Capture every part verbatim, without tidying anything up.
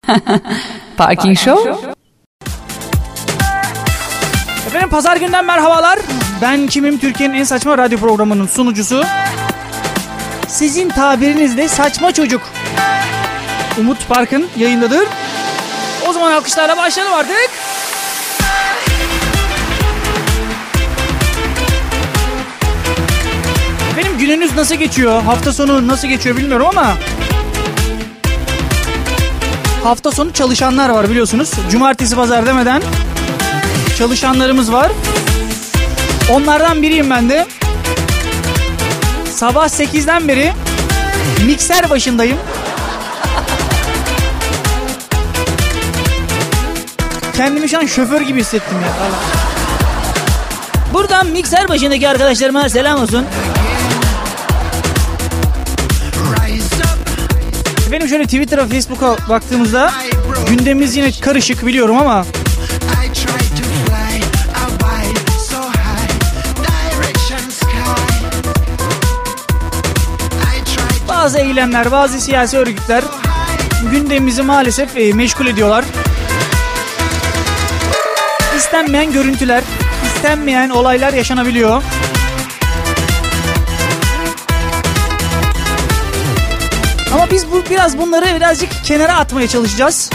Parking Show. Efendim pazar günden merhabalar. Ben kimim? Türkiye'nin en saçma radyo programının sunucusu. Sizin tabirinizle saçma çocuk. Umut Park'ın yayındadır. O zaman alkışlarla başlayalım artık. Benim gününüz nasıl geçiyor? Hafta sonu nasıl geçiyor bilmiyorum ama hafta sonu çalışanlar var biliyorsunuz. Cumartesi pazar demeden çalışanlarımız var. Onlardan biriyim ben de. Sabah sekizden beri mikser başındayım. Kendimi şu an şoför gibi hissettim ya. Buradan mikser başındaki arkadaşlarıma selam olsun. Benim şöyle Twitter'a, Facebook'a baktığımızda gündemimiz yine karışık biliyorum ama bazı eylemler, bazı siyasi örgütler gündemimizi maalesef e, meşgul ediyorlar. İstenmeyen görüntüler, istenmeyen olaylar yaşanabiliyor. Ama biz bu biraz bunları birazcık kenara atmaya çalışacağız.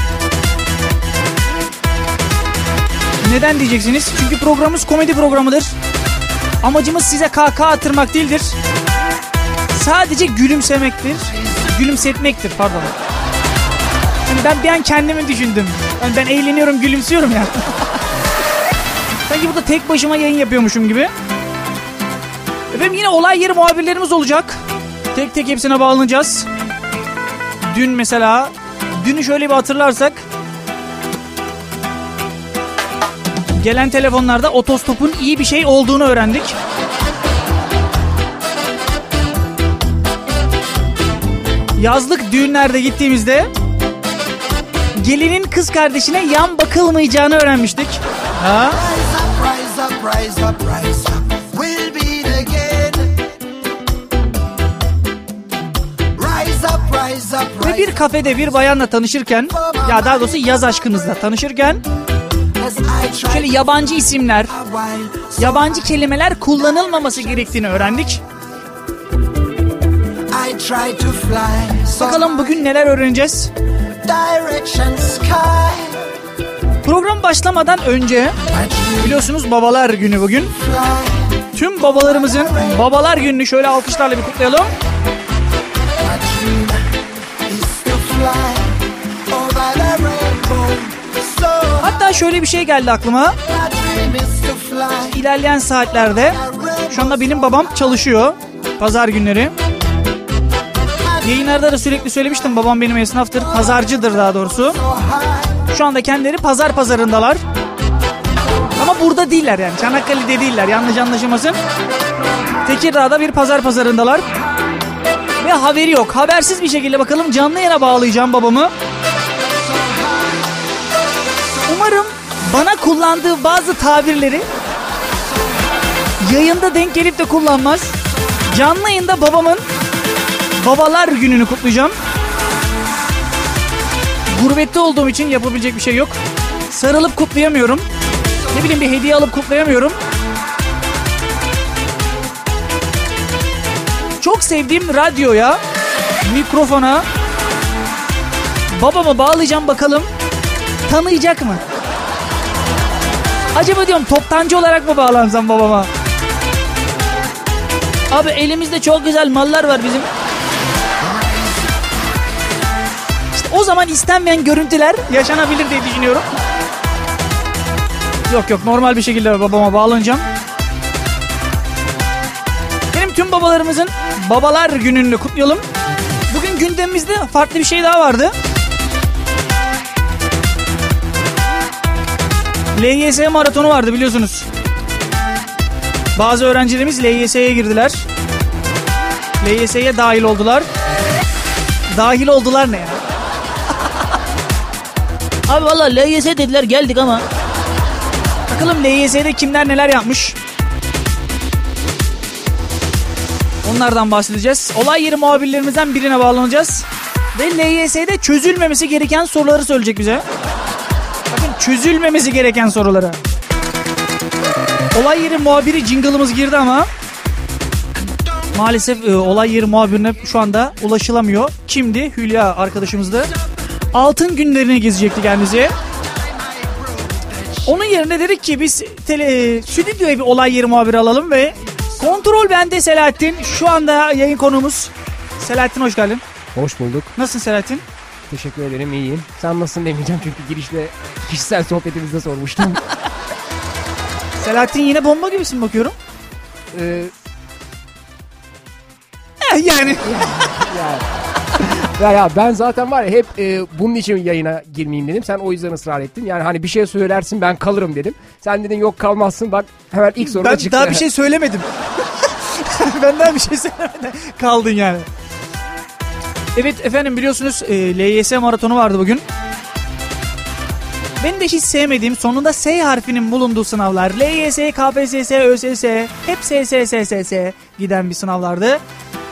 Neden diyeceksiniz? Çünkü programımız komedi programıdır. Amacımız size kahkaha attırmak değildir. Sadece gülümsemektir. Gülümsetmektir pardon. Yani ben bir an kendimi düşündüm. Yani ben eğleniyorum, gülümsüyorum ya. Sanki burada tek başıma yayın yapıyormuşum gibi. Efendim yine olay yeri muhabirlerimiz olacak. Tek tek hepsine bağlanacağız. Dün mesela, dünü şöyle bir hatırlarsak, gelen telefonlarda otostopun iyi bir şey olduğunu öğrendik. Yazlık düğünlerde gittiğimizde gelinin kız kardeşine yan bakılmayacağını öğrenmiştik. Ha? Ve bir kafede bir bayanla tanışırken, ya daha doğrusu yaz aşkınızla tanışırken şöyle yabancı isimler, yabancı kelimeler kullanılmaması gerektiğini öğrendik. Bakalım bugün neler öğreneceğiz? Program başlamadan önce biliyorsunuz babalar günü bugün. Tüm babalarımızın babalar gününü şöyle alkışlarla bir kutlayalım. Hatta şöyle bir şey geldi aklıma. İlerleyen saatlerde şu anda benim babam çalışıyor pazar günleri. Yayınlarda da sürekli söylemiştim, babam benim esnaftır, pazarcıdır daha doğrusu. Şu anda kendileri pazar pazarındalar. Ama burada değiller yani, Çanakkale'de değiller, yanlış anlaşılmasın. Tekirdağ'da bir pazar pazarındalar. Ve haberi yok. Habersiz bir şekilde bakalım canlı yayına bağlayacağım babamı. Umarım bana kullandığı bazı tabirleri yayında denk gelip de kullanmaz. Canlı yayında babamın babalar gününü kutlayacağım. Gurbette olduğum için yapabilecek bir şey yok. Sarılıp kutlayamıyorum. Ne bileyim bir hediye alıp kutlayamıyorum. Çok sevdiğim radyoya, mikrofona babama bağlayacağım, bakalım tanıyacak mı? Acaba diyorum toptancı olarak mı bağlansam babama? Abi elimizde çok güzel mallar var bizim. İşte o zaman istenmeyen görüntüler yaşanabilir diye düşünüyorum. Yok yok, normal bir şekilde babama bağlanacağım. Benim tüm babalarımızın babalar gününü kutlayalım. Bugün gündemimizde farklı bir şey daha vardı. L Y S maratonu vardı biliyorsunuz. Bazı öğrencilerimiz L Y S'ye girdiler. L Y S'ye dahil oldular. Dahil oldular ne ya? Abi valla L Y S dediler, geldik ama. Bakalım L Y S'de kimler neler yapmış. Onlardan bahsedeceğiz. Olay yeri muhabirlerimizden birine bağlanacağız. Ve L Y S'de çözülmemesi gereken soruları söyleyecek bize. Bakın, çözülmemesi gereken soruları. Olay yeri muhabiri jingle'ımız girdi ama maalesef e, olay yeri muhabirine şu anda ulaşılamıyor. Kimdi? Hülya arkadaşımızdı. Altın günlerini gezecekti kendisi. Onun yerine dedik ki biz tele, stüdyoya bir olay yeri muhabiri alalım ve kontrol bende Selahattin. Şu anda yayın konuğumuz. Selahattin hoş geldin. Hoş bulduk. Nasılsın Selahattin? Teşekkür ederim, iyiyim. Sen nasılsın demeyeceğim çünkü girişte kişisel sohbetimizde sormuştum. Selahattin yine bomba gibisin bakıyorum. Ee, eh, yani. ya, ya, ya ben zaten var ya hep e, bunun için yayına girmeyeyim dedim. Sen o yüzden ısrar ettin. Yani hani bir şey söylersin ben kalırım dedim. Sen dedin yok kalmazsın, bak hemen ilk soruda ben çıktı. Ben daha bir şey söylemedim. ben daha bir şey söylemedim. Kaldın yani. Evet efendim, biliyorsunuz e, L Y S maratonu vardı bugün. Ben de hiç sevmediğim, sonunda S harfinin bulunduğu sınavlar. L Y S, K P S S, Ö S S, hep S S S S S giden bir sınavlardı.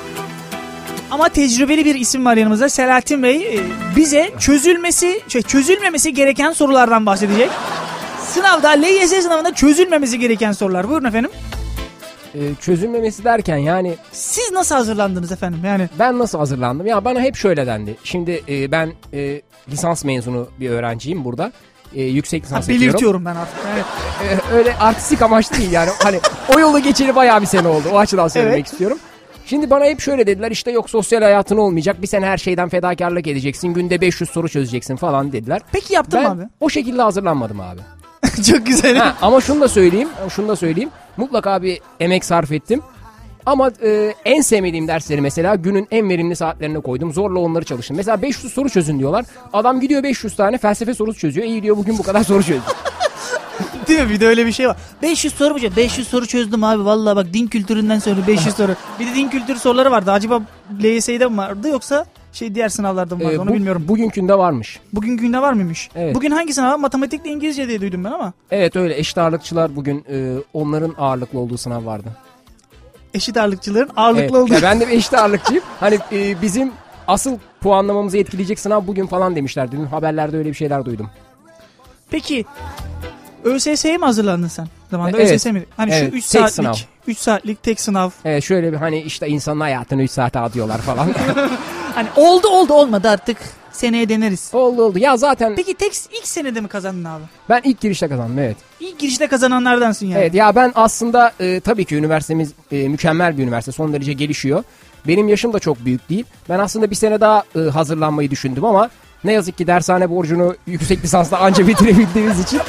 Ama tecrübeli bir isim var yanımızda. Selahattin Bey e, bize çözülmesi, şey, çözülmemesi gereken sorulardan bahsedecek. Sınavda, L Y S sınavında çözülmemesi gereken sorular. Buyurun efendim. Ee, çözülmemesi derken yani... Siz nasıl hazırlandınız efendim? Yani Ben nasıl hazırlandım? Ya bana hep şöyle dendi. Şimdi e, ben e, lisans mezunu bir öğrenciyim burada. E, yüksek lisans ha, yapıyorum. belirtiyorum ben artık. Evet. E, öyle artistik amaç değil yani. Hani o yolu geçeli bayağı bir sene oldu. O açıdan söylemek Evet. istiyorum. Şimdi bana hep şöyle dediler, işte yok sosyal hayatın olmayacak. Bir sene her şeyden fedakarlık edeceksin. Günde beş yüz soru çözeceksin falan dediler. Peki yaptın ben mı abi? o şekilde hazırlanmadım abi. Çok güzel. Ha, ama şunu da söyleyeyim. Şunu da söyleyeyim. Mutlaka bir emek sarf ettim. Ama e, en sevmediğim dersleri mesela günün en verimli saatlerine koydum. Zorla onları çalıştım. Mesela beş yüz soru çözün diyorlar. Adam gidiyor beş yüz tane felsefe sorusu çözüyor. İyi diyor, bugün bu kadar soru çözdüm. Değil mi? Bir de öyle bir şey var. beş yüz soru mu çözdüm? beş yüz soru çözdüm abi. Vallahi bak, din kültüründen sonra beş yüz soru. Bir de din kültürü soruları vardı. Acaba L Y S'de mi vardı yoksa şey diğer sınavlarda mı vardı? E, Onu bu, bilmiyorum. Bugünkünde varmış. Bugün günde var mıymış? Evet. Bugün hangi sınav? Matematikle İngilizce diye duydum ben ama. Evet öyle, eşit ağırlıkçılar bugün e, onların ağırlıklı olduğu sınav vardı. Eşit ağırlıkçıların ağırlıklı Evet. olduğu. Ya ben de bir eşit ağırlıkçıyım. Hani e, bizim asıl puanlamamızı etkileyecek sınav bugün falan demişler. Dün haberlerde öyle bir şeyler duydum. Peki Ö S S'ye mi hazırlandın sen? Zamanında Evet. Ö S S mi? Hani Evet, şu üç tek saatlik sınav. üç saatlik tek sınav. Evet, şöyle bir hani işte insanın hayatını üç saate atıyorlar falan. Hani oldu oldu olmadı artık. Seneye deneriz. oldu oldu. Ya zaten Peki tek ilk senede mi kazandın abi? ben ilk girişte kazandım, evet. İlk girişte kazananlardansın yani. Evet ya ben aslında e, tabii ki üniversitemiz e, mükemmel bir üniversite. Son derece gelişiyor. Benim yaşım da çok büyük değil. Ben aslında bir sene daha e, hazırlanmayı düşündüm ama ne yazık ki dershane borcunu yüksek lisansla anca bitirebildiğimiz için.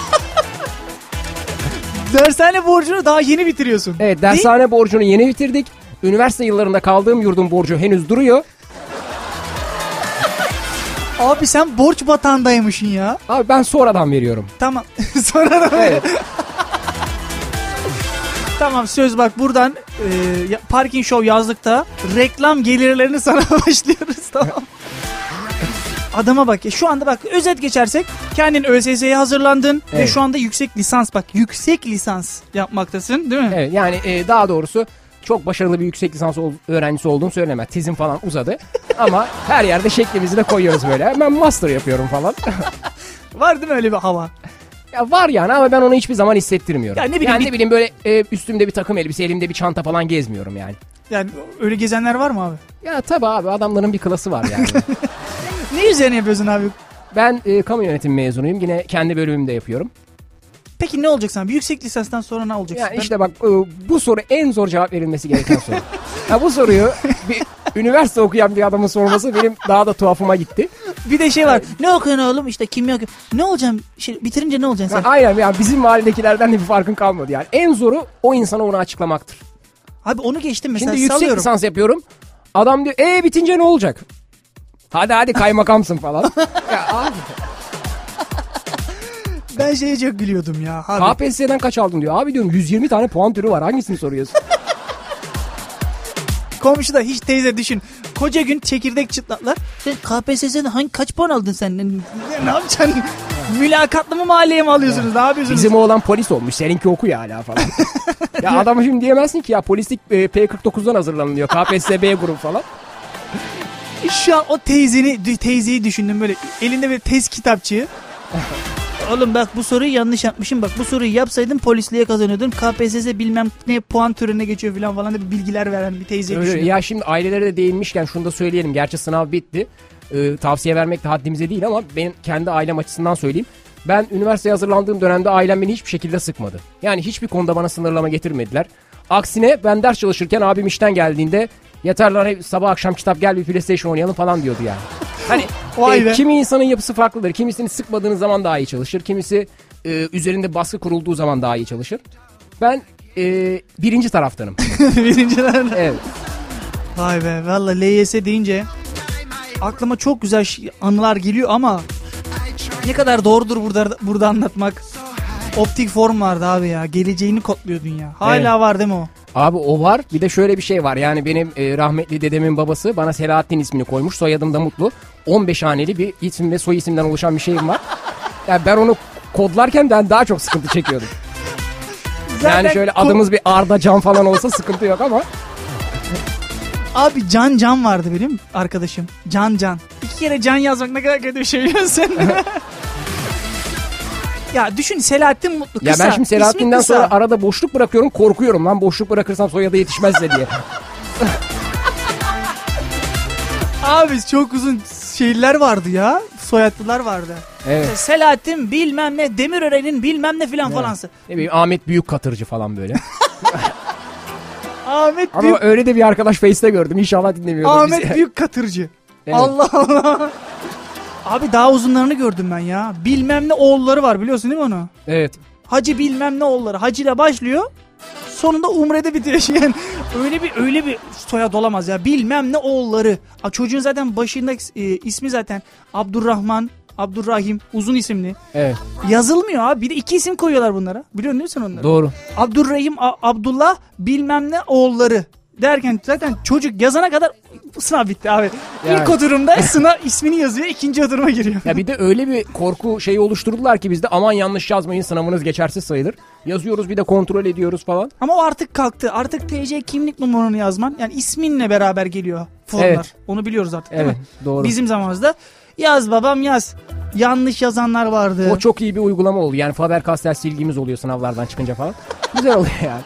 Dershane borcunu daha yeni bitiriyorsun. Evet, dershane borcunu yeni bitirdik. Üniversite yıllarında kaldığım yurdun borcu henüz duruyor. Abi sen borç batağındaymışsın ya. Abi ben sonradan veriyorum. Tamam. Sonra da Evet. Tamam, söz bak buradan e, Parking Show yazdıkta reklam gelirlerini sana başlıyoruz, tamam. Adama bak ya, şu anda bak özet geçersek kendin Ö S S'ye hazırlandın Evet. ve şu anda yüksek lisans, bak yüksek lisans yapmaktasın değil mi? Evet yani e, daha doğrusu çok başarılı bir yüksek lisans ol- öğrencisi olduğum söylenemez. Tezim falan uzadı. Ama her yerde şeklimizi de koyuyoruz böyle. Ben master yapıyorum falan. Var değil mi öyle bir hava? Ya var yani ama ben onu hiçbir zaman hissettirmiyorum. Ya ne bileyim, yani bir- ne bileyim böyle e, üstümde bir takım elbise, elimde bir çanta falan gezmiyorum yani. Yani öyle gezenler var mı abi? Ya tabii abi, adamların bir klası var yani. Ne üzerine yapıyorsun abi? Ben e, kamu yönetimi mezunuyum. Yine kendi bölümümde yapıyorum. Peki ne olacaksın abi? Yüksek lisanstan sonra ne olacaksın? Yani Ben- işte bak e, bu soru en zor cevap verilmesi gereken soru. Ha, bu soruyu bir üniversite okuyan bir adamın sorması benim daha da tuhafıma gitti. Bir de şey var. Ne okuyorsun oğlum? İşte kimya okuyorum. Ne olacaksın? Şey, bitirince ne olacaksın Ha, sen? aynen yani bizim mahalledekilerden de bir farkın kalmadı yani. En zoru o insana onu açıklamaktır. Abi onu geçtim mesela, Şimdi yüksek sallıyorum. lisans yapıyorum. Adam diyor ee bitince ne olacak? Hadi hadi kaymakamsın falan. Ya abi. Ben şeye çok gülüyordum ya. Abi. K P S S'den kaç aldın diyor. Abi diyorum yüz yirmi tane puan türü var. Hangisini soruyorsun? Komşu da hiç, teyze düşün. Koca gün çekirdek çıtlatlar. Sen K P S S'den hangi kaç puan aldın sen? Ne, ne yapacaksın? Mülakatlı mı mahalleye mi alıyorsunuz? Ne yapıyorsunuz? Bizim oğlan polis olmuş. Seninki oku ya hala falan. Ya adama şimdi diyemezsin ki ya polislik e, P kırk dokuzdan hazırlanılıyor. K P S S B grubu falan. Şu an o teyzeni, teyzeyi düşündüm böyle. Elinde bir tez kitapçığı. Oğlum bak bu soruyu yanlış yapmışım. Bak bu soruyu yapsaydın polisliğe kazanıyordun. K P S S bilmem ne puan türüne geçiyor falan falan da bilgiler veren bir teyzeyi Öyle, düşünüyorum. ya şimdi ailelere de değinmişken şunu da söyleyelim. Gerçi sınav bitti. Ee, tavsiye vermek de haddimize değil ama benim kendi ailem açısından söyleyeyim. Ben üniversiteye hazırlandığım dönemde ailem beni hiçbir şekilde sıkmadı. Yani hiçbir konuda bana sınırlama getirmediler. Aksine ben ders çalışırken abim işten geldiğinde yeter lan sabah akşam kitap gel bir PlayStation oynayalım falan diyordu yani. Hani e, kimi insanın yapısı farklıdır. Kimisini sıkmadığınız zaman daha iyi çalışır. Kimisi e, üzerinde baskı kurulduğu zaman daha iyi çalışır. Ben e, birinci taraftanım. Birinci taraftan. Evet. Vay be valla L Y S deyince aklıma çok güzel anılar geliyor ama ne kadar doğrudur burada burada anlatmak. Optik form vardı abi ya. Geleceğini kodluyordun ya. Hala evet. Var değil mi o? Abi o var. Bir de şöyle bir şey var. Yani benim e, rahmetli dedemin babası bana Selahattin ismini koymuş. Soyadım da Mutlu. on beş haneli bir isim ve soy isimden oluşan bir şeyim var. Yani ben onu kodlarken ben daha çok sıkıntı çekiyordum. Zaten yani şöyle adımız bir Arda Can falan olsa sıkıntı yok ama. Abi Can Can vardı benim arkadaşım. Can Can. İki kere Can yazmak ne kadar kötü bir şey biliyorsun. Ya düşün Selahattin Mutlu kısa. Ya ben şimdi Selahattin'den sonra arada boşluk bırakıyorum, korkuyorum lan boşluk bırakırsam soyadı yetişmezse diye. Abi çok uzun şeyler vardı ya. Soyadlılar vardı. Evet. İşte Selahattin bilmem ne, Demirören'in bilmem ne filan evet. Falansı. Ne bileyim Ahmet Büyük Katırcı falan böyle. Ahmet Ama Büyük... öyle de bir arkadaş Face'te gördüm. İnşallah dinlemiyordur. Ahmet bizi. Büyük Katırcı. Evet. Allah Allah. Abi daha uzunlarını gördüm ben ya. Bilmem ne oğulları var biliyorsun değil mi onu? Evet. Hacı bilmem ne oğulları. Hacı ile başlıyor. Sonunda Umre'de bitiyor. Yani öyle bir öyle bir soyad olamaz ya. Bilmem ne oğulları. A, çocuğun zaten başında e, ismi zaten Abdurrahman, Abdurrahim uzun isimli. Evet. Yazılmıyor abi. Bir de iki isim koyuyorlar bunlara. Biliyor musun onları? Doğru. Abdurrahim, A- Abdullah bilmem ne oğulları. Derken zaten çocuk yazana kadar sınav bitti abi. Yani. İlk oturumda sınav ismini yazıyor, ikinci oturuma giriyor. Ya bir de öyle bir korku şeyi oluşturdular ki bizde aman yanlış yazmayın sınavınız geçersiz sayılır. Yazıyoruz bir de kontrol ediyoruz falan. Ama o artık kalktı. Artık T C kimlik numaranı yazman yani isminle beraber geliyor formlar. Evet. Onu biliyoruz artık değil evet, mi? Doğru. Bizim zamanımızda yaz babam yaz. Yanlış yazanlar vardı. O çok iyi bir uygulama oldu. Yani Faber-Castell silgimiz oluyor sınavlardan çıkınca falan. Güzel oluyor yani.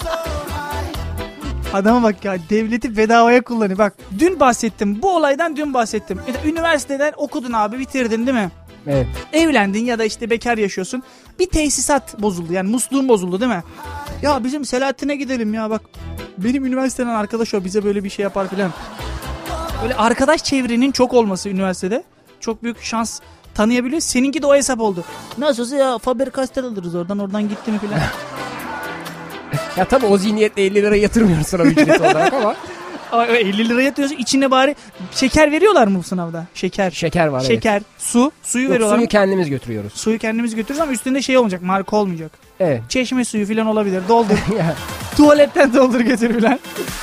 Adama bak ya devleti bedavaya kullanıyor. Bak dün bahsettim. Bu olaydan dün bahsettim. Üniversiteden okudun abi bitirdin değil mi? Evet. Evlendin ya da işte bekar yaşıyorsun. Bir tesisat bozuldu yani musluğun bozuldu değil mi? Ya bizim Selahattin'e gidelim ya bak. Benim üniversiteden arkadaş o bize böyle bir şey yapar filan. Böyle arkadaş çevrenin çok olması üniversitede. Çok büyük şans tanıyabiliyor. Seninki de o hesap oldu. Nasılsa ya Faber-Castell alırız oradan oradan gitti mi filan. Ya tabii o zihniyetle elli lira yatırmıyoruz sınav ücreti olarak ama. elli lira yatıyorsun içine bari şeker veriyorlar mı bu sınavda? Şeker. Şeker var Şeker, evet. su. Suyu Yok, veriyorlar suyu mı? kendimiz götürüyoruz. Suyu kendimiz götürürüz ama üstünde şey olmayacak marka olmayacak. Evet. Çeşme suyu falan olabilir doldur. Tuvaletten doldur götür falan.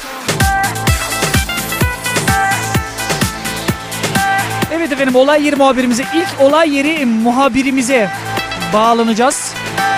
Evet efendim olay yeri muhabirimize ilk olay yeri muhabirimize bağlanacağız.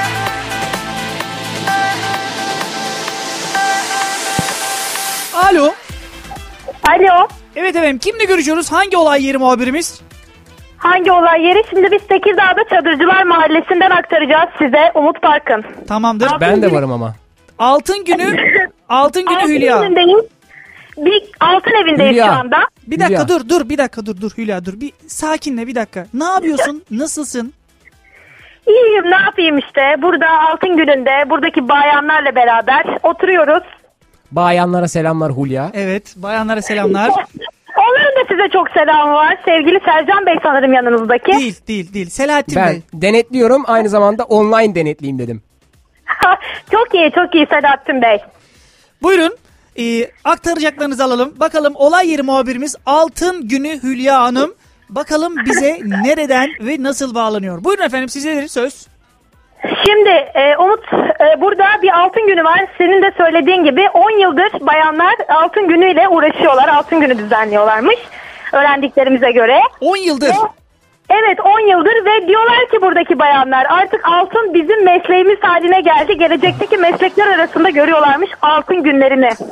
Alo. Alo. Evet efendim kimle görüşüyoruz? Hangi olay yeri muhabirimiz? Hangi olay yeri? Şimdi biz Tekirdağ'da Çadırcılar Mahallesi'nden aktaracağız size. Umut Parkın. Tamamdır. Altın ben de varım ama. Altın günü. Altın günü altın Hülya. Evindeyiz. Bir altın evindeyiz Hülya. şu anda. Bir dakika Hülya. dur dur bir dakika dur dur Hülya dur. Bir sakinle bir dakika. Ne yapıyorsun? Nasılsın? İyiyim ne yapayım işte. Burada altın gününde buradaki bayanlarla beraber oturuyoruz. Bayanlara selamlar Hülya. Evet bayanlara selamlar. Onların da size çok selamı var. Sevgili Sercan Bey sanırım yanınızdaki. Değil değil değil. Selahattin ben Bey. denetliyorum aynı zamanda online denetleyeyim dedim. Çok iyi çok iyi Selahattin Bey. Buyurun. Ee, aktaracaklarınızı alalım. Bakalım olay yeri muhabirimiz Altın Günü Hülya Hanım. Bakalım bize nereden ve nasıl bağlanıyor. Buyurun efendim size söz. Şimdi e, Umut e, burada bir altın günü var. Senin de söylediğin gibi on yıldır bayanlar altın günüyle uğraşıyorlar. Altın günü düzenliyorlarmış. Öğrendiklerimize göre. on yıldır. Ve, evet on yıldır ve diyorlar ki buradaki bayanlar artık altın bizim mesleğimiz haline geldi. Gelecekteki meslekler arasında görüyorlarmış altın günlerini.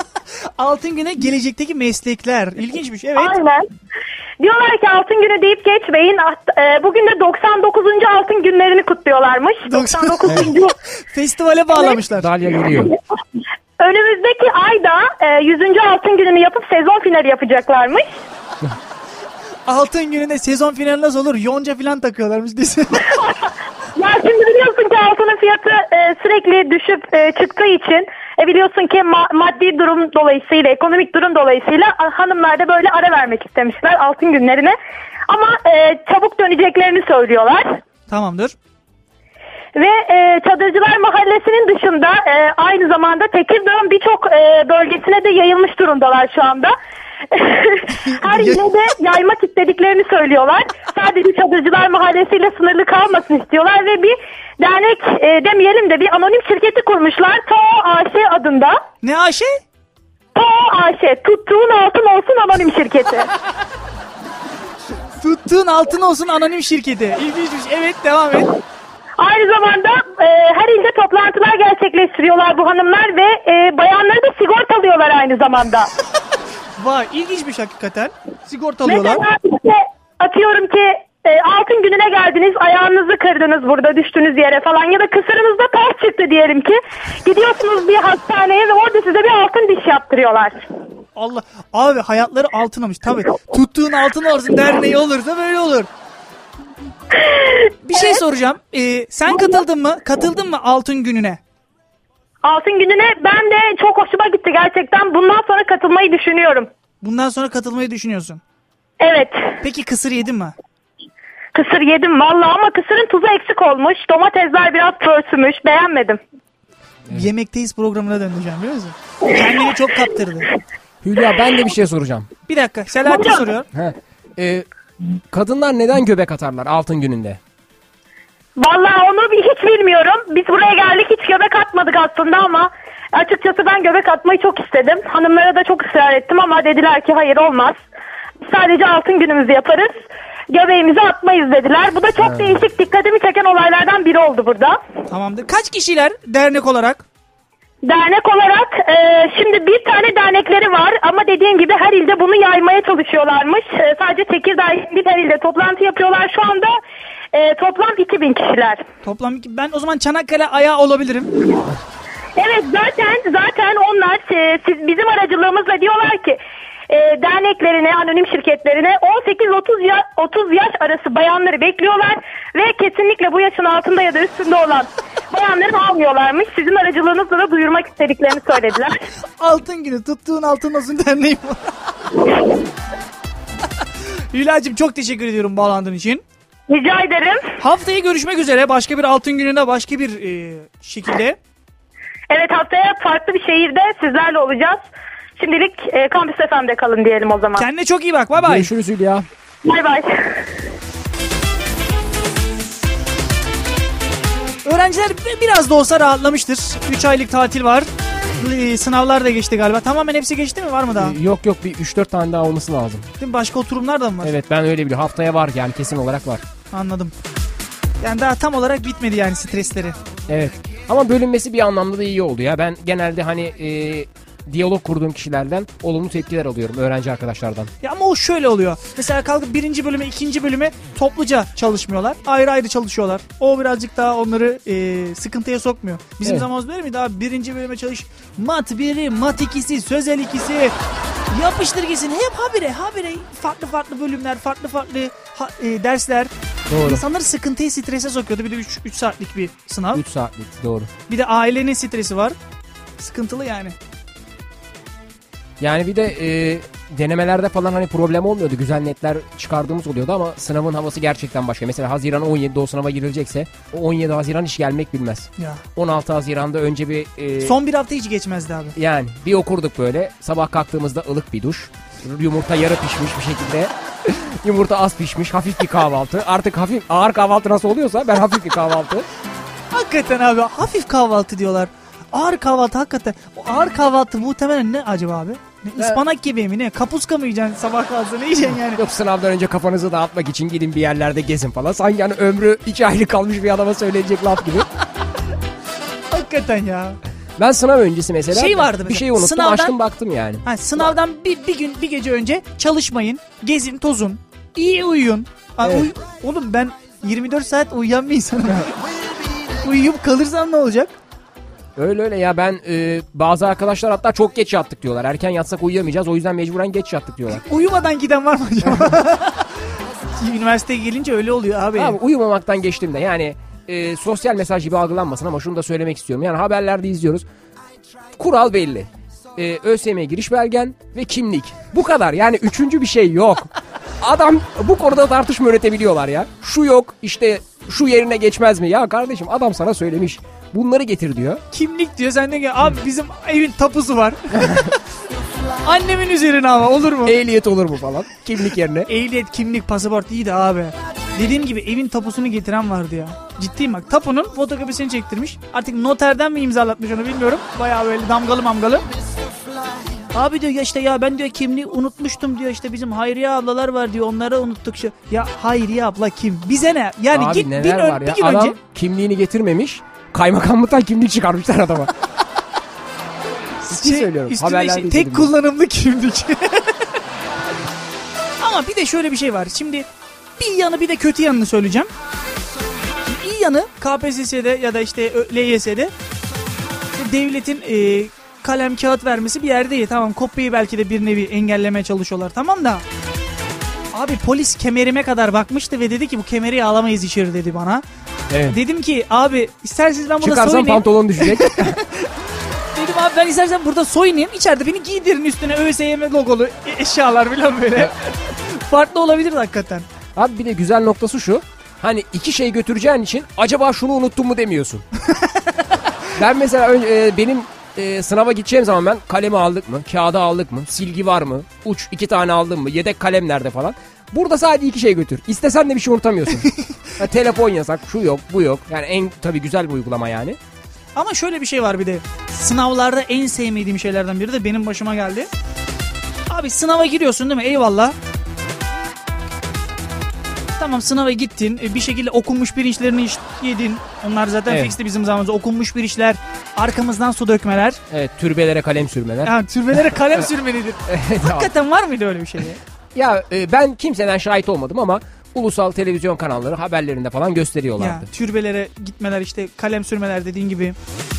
Altın güne gelecekteki meslekler. İlginçmiş, evet. Aynen. Diyorlar ki altın günü deyip geçmeyin. Ah- e, Bugün de doksan dokuzuncu altın günlerini kutluyorlarmış. doksan dokuzuncu Festivale bağlamışlar. Dalya geliyor. Önümüzdeki ayda e, yüzüncü altın gününü yapıp sezon finali yapacaklarmış. Altın gününde sezon finali nasıl olur? Yonca falan takıyorlarmış diyorsun. Ya şimdi biliyorsun ki altının fiyatı e, sürekli düşüp e, çıktığı için e, biliyorsun ki ma- maddi durum dolayısıyla, ekonomik durum dolayısıyla a, hanımlar da böyle ara vermek istemişler altın günlerine. Ama e, çabuk döneceklerini söylüyorlar. Tamamdır. Ve e, Çadırcılar Mahallesi'nin dışında e, aynı zamanda Tekirdağ'ın birçok e, bölgesine de yayılmış durumdalar şu anda. Her yine de yaymak istediklerini söylüyorlar. Sadece Çadırcılar Mahallesi'yle sınırlı kalmasın istiyorlar ve bir dernek e, demeyelim de bir anonim şirketi kurmuşlar. T O A Ş adında. Ne Ayşe? T O A Ş, tuttuğun altın olsun anonim şirketi. Tuttuğun altın olsun anonim şirketi. İlginçmiş. Evet, devam et. Aynı zamanda e, her ilde toplantılar gerçekleştiriyorlar bu hanımlar ve e, bayanları da sigortalıyorlar aynı zamanda. Vay, ilginçmiş hakikaten. Sigortalıyorlar. Mesela işte atıyorum ki e, altın gününe geldiniz, ayağınızı kırdınız burada düştüğünüz yere falan ya da kısırınızda taş çıktı diyelim ki. Gidiyorsunuz bir hastaneye ve orada size bir altın diş yaptırıyorlar. Allah. Abi hayatları altınlamış. Tabii. Tuttuğun altın olsun derneği olursa böyle olur. Bir şey Evet. soracağım. Ee, sen katıldın mı? Katıldın mı altın gününe? Altın gününe ben de çok hoşuma gitti gerçekten. Bundan sonra katılmayı düşünüyorum. Bundan sonra katılmayı düşünüyorsun. Evet. Peki kısır yedin mi? Kısır yedim vallahi ama kısırın tuzu eksik olmuş. Domatesler biraz pörsümüş. Beğenmedim. Yemekteyiz programına döneceğim, biliyor musun? Kendini çok kaptırdı. Hülya ben de bir şey soracağım. Bir dakika. Selahattin Hocam. soruyor. He. Ee, kadınlar neden göbek atarlar altın gününde? Vallahi onu bir hiç bilmiyorum. Biz buraya geldik hiç göbek atmadık aslında ama açıkçası ben göbek atmayı çok istedim. Hanımlara da çok ısrar ettim ama dediler ki hayır olmaz. Biz sadece altın günümüzü yaparız. Göbeğimizi atmayız dediler. Bu da çok değişik, dikkatimi çeken olaylardan biri oldu burada. Tamamdır. Kaç kişiler dernek olarak? Dernek olarak e, şimdi bir tane dernekleri var ama dediğim gibi her ilde bunu yaymaya çalışıyorlarmış. E, sadece Tekirdağ bir her ilde toplantı yapıyorlar. Şu anda e, toplam iki bin kişiler. Toplam iki. Ben o zaman Çanakkale ayağı olabilirim. Evet zaten zaten onlar e, siz bizim aracılığımızla diyorlar ki e, derneklerine, anonim şirketlerine on sekiz otuz yaş arası bayanları bekliyorlar ve kesinlikle bu yaşın altında ya da üstünde olan bayanları almıyorlarmış. Sizin aracılığınızla da duyurmak istediklerini söylediler. Altın günü tuttuğun altın olsun derneği var. Hülya'cığım çok teşekkür ediyorum bağlandığın için. Rica ederim. Haftaya görüşmek üzere. Başka bir altın gününde başka bir e, şekilde. Evet haftaya farklı bir şehirde sizlerle olacağız. Şimdilik e, Kampüs F M'de kalın diyelim o zaman. Kendine çok iyi bak. Bay bay. Görüşürüz Hülya. Bay bay. Öğrenciler biraz da olsa rahatlamıştır. üç aylık tatil var. Ee, Sınavlar da geçti galiba. Tamamen hepsi geçti mi? Var mı daha? Ee, Yok yok bir üç dört tane daha olması lazım. Değil mi? Başka oturumlar da mı var? Evet ben öyle biliyorum. Haftaya var yani kesin olarak var. Anladım. Yani daha tam olarak bitmedi yani stresleri. Evet. Ama bölünmesi bir anlamda da iyi oldu ya. Ben genelde hani e, diyalog kurduğum kişilerden olumlu tepkiler alıyorum öğrenci arkadaşlardan. Ya ama o şöyle oluyor. Mesela kalkıp birinci bölüme, ikinci bölüme topluca çalışmıyorlar. Ayrı ayrı çalışıyorlar. O birazcık daha onları e, sıkıntıya sokmuyor. Bizim Evet. zamanımızda böyle mi? Daha birinci bölüme çalış. Mat biri, mat ikisi, sözel ikisi. Yapıştır gitsin. Hep habire, habire. Farklı farklı bölümler, farklı farklı ha, e, dersler. Doğru. İnsanları sıkıntıya, strese sokuyordu. Bir de üç saatlik bir sınav. üç saatlik doğru. Bir de ailenin stresi var. Sıkıntılı yani. Yani bir de e, denemelerde falan hani problem olmuyordu. Güzel netler çıkardığımız oluyordu ama sınavın havası gerçekten başka. Mesela Haziran on yedide o sınava girilecekse o on yedi Haziran hiç gelmek bilmez. Ya. on altı Haziran'da önce bir... e, Son bir hafta hiç geçmezdi abi. Yani bir okurduk böyle. Sabah kalktığımızda ılık bir duş. Yumurta yarı pişmiş bir şekilde. Yumurta az pişmiş. Hafif bir kahvaltı. Artık hafif ağır kahvaltı nasıl oluyorsa ben hafif bir kahvaltı. Hakikaten abi hafif kahvaltı diyorlar. Ağır kahvaltı hakikaten. O ağır kahvaltı muhtemelen ne acaba abi? Ne, ıspanak gibi mi ne? Kapuska mı yiyeceksin sabah kalksa ne yiyeceksin yani? Yok sınavdan önce kafanızı dağıtmak için gidin bir yerlerde gezin falan. Sanki yani ömrü iki aylık kalmış bir adama söylenecek laf gibi. Hakikaten ya. Ben sınav öncesi mesela Şey vardı mesela, bir şey unuttum sınavdan- açtım baktım yani. Ha, sınavdan bir, bir gün bir gece önce çalışmayın, gezin, tozun, iyi uyuyun. Ha, Evet. uy- Oğlum ben yirmi dört saat uyuyan bir insanım. Uyuyup kalırsam ne olacak? Öyle öyle ya ben e, bazı arkadaşlar hatta çok geç yattık diyorlar. Erken yatsak uyuyamayacağız o yüzden mecburen geç yattık diyorlar. Uyumadan giden var mı acaba? Üniversiteye gelince öyle oluyor abi. Abi uyumamaktan geçtim de yani e, sosyal mesaj gibi algılanmasın ama şunu da söylemek istiyorum. Yani haberlerde izliyoruz. Kural belli. E, ÖSYM giriş belgen ve kimlik. Bu kadar yani üçüncü bir şey yok. Adam bu konuda tartışma üretebiliyorlar ya. Şu yok işte şu yerine geçmez mi? Ya kardeşim adam sana söylemiş. Bunları getir diyor. Kimlik diyor, sen de gel. Abi bizim evin tapusu var. Annemin üzerine ama olur mu? Ehliyet olur mu falan. Kimlik yerine. Ehliyet, kimlik, pasaport iyi de abi. Dediğim gibi evin tapusunu getiren vardı ya. Ciddiyim bak. Tapunun fotokopisini çektirmiş. Artık noterden mi imzalatmış onu bilmiyorum. Bayağı böyle damgalı mamgalı. Abi diyor ya işte ya ben diyor kimliği unutmuştum diyor, işte bizim Hayriye ablalar var diyor, onları unuttuk şu. Ya Hayriye abla kim? Bize ne? Yani Abi git neler bin var ön, ya. bir gün Adam önce. kimliğini getirmemiş. Kaymakamlıktan kimlik çıkarmışlar adama. Ciddi Şey, söylüyorum. üstünde Haberlerde şey, izledim tek ben. kullanımlı kimlik. Ama bir de şöyle bir şey var. Şimdi bir yanı bir de kötü yanını söyleyeceğim. Şimdi iyi yanı K P S S'de ya da işte L Y S'de devletin e, kalem kağıt vermesi bir yerde iyi. Tamam, kopyayı belki de bir nevi engellemeye çalışıyorlar. Tamam da abi polis kemerime kadar bakmıştı ve dedi ki bu kemeri alamayız içeri dedi bana. Evet. Dedim ki abi isterseniz ben burada Çıkarsan soyunayım. pantolon düşecek. Dedim abi ben istersen burada soyunayım. İçeride beni giydirin, üstüne ÖSYM logolu e- eşyalar falan böyle. Farklı olabilir hakikaten. Abi bir de güzel noktası şu. Hani iki şey götüreceğin için acaba şunu unuttun mu demiyorsun. Ben mesela önce, e, benim e, sınava gideceğim zaman ben kalemi aldık mı? Kağıdı aldık mı? Silgi var mı? Uç iki tane aldın mı? Yedek kalem nerede falan. Burada sadece iki şey götür. İstesen de bir şey unutamıyorsun. Ha, telefon yasak, şu yok, bu yok. Yani en tabii güzel bir uygulama yani. Ama şöyle bir şey var bir de. Sınavlarda en sevmediğim şeylerden biri de benim başıma geldi. Abi sınava giriyorsun değil mi? Eyvallah. Tamam, sınava gittin. Bir şekilde okunmuş pirinçlerini iş- yedin. Onlar zaten Evet. fixti bizim zamanımızda. Okunmuş pirinçler, arkamızdan su dökmeler. Evet, türbelere kalem sürmeler. Yani türbelere kalem sürmelidir. Evet, abi. Hakikaten var mıydı öyle bir şey? Ya e, ben kimseden şahit olmadım ama ulusal televizyon kanalları haberlerinde falan Ya gösteriyorlardı. türbelere gitmeler, işte kalem sürmeler dediğin gibi.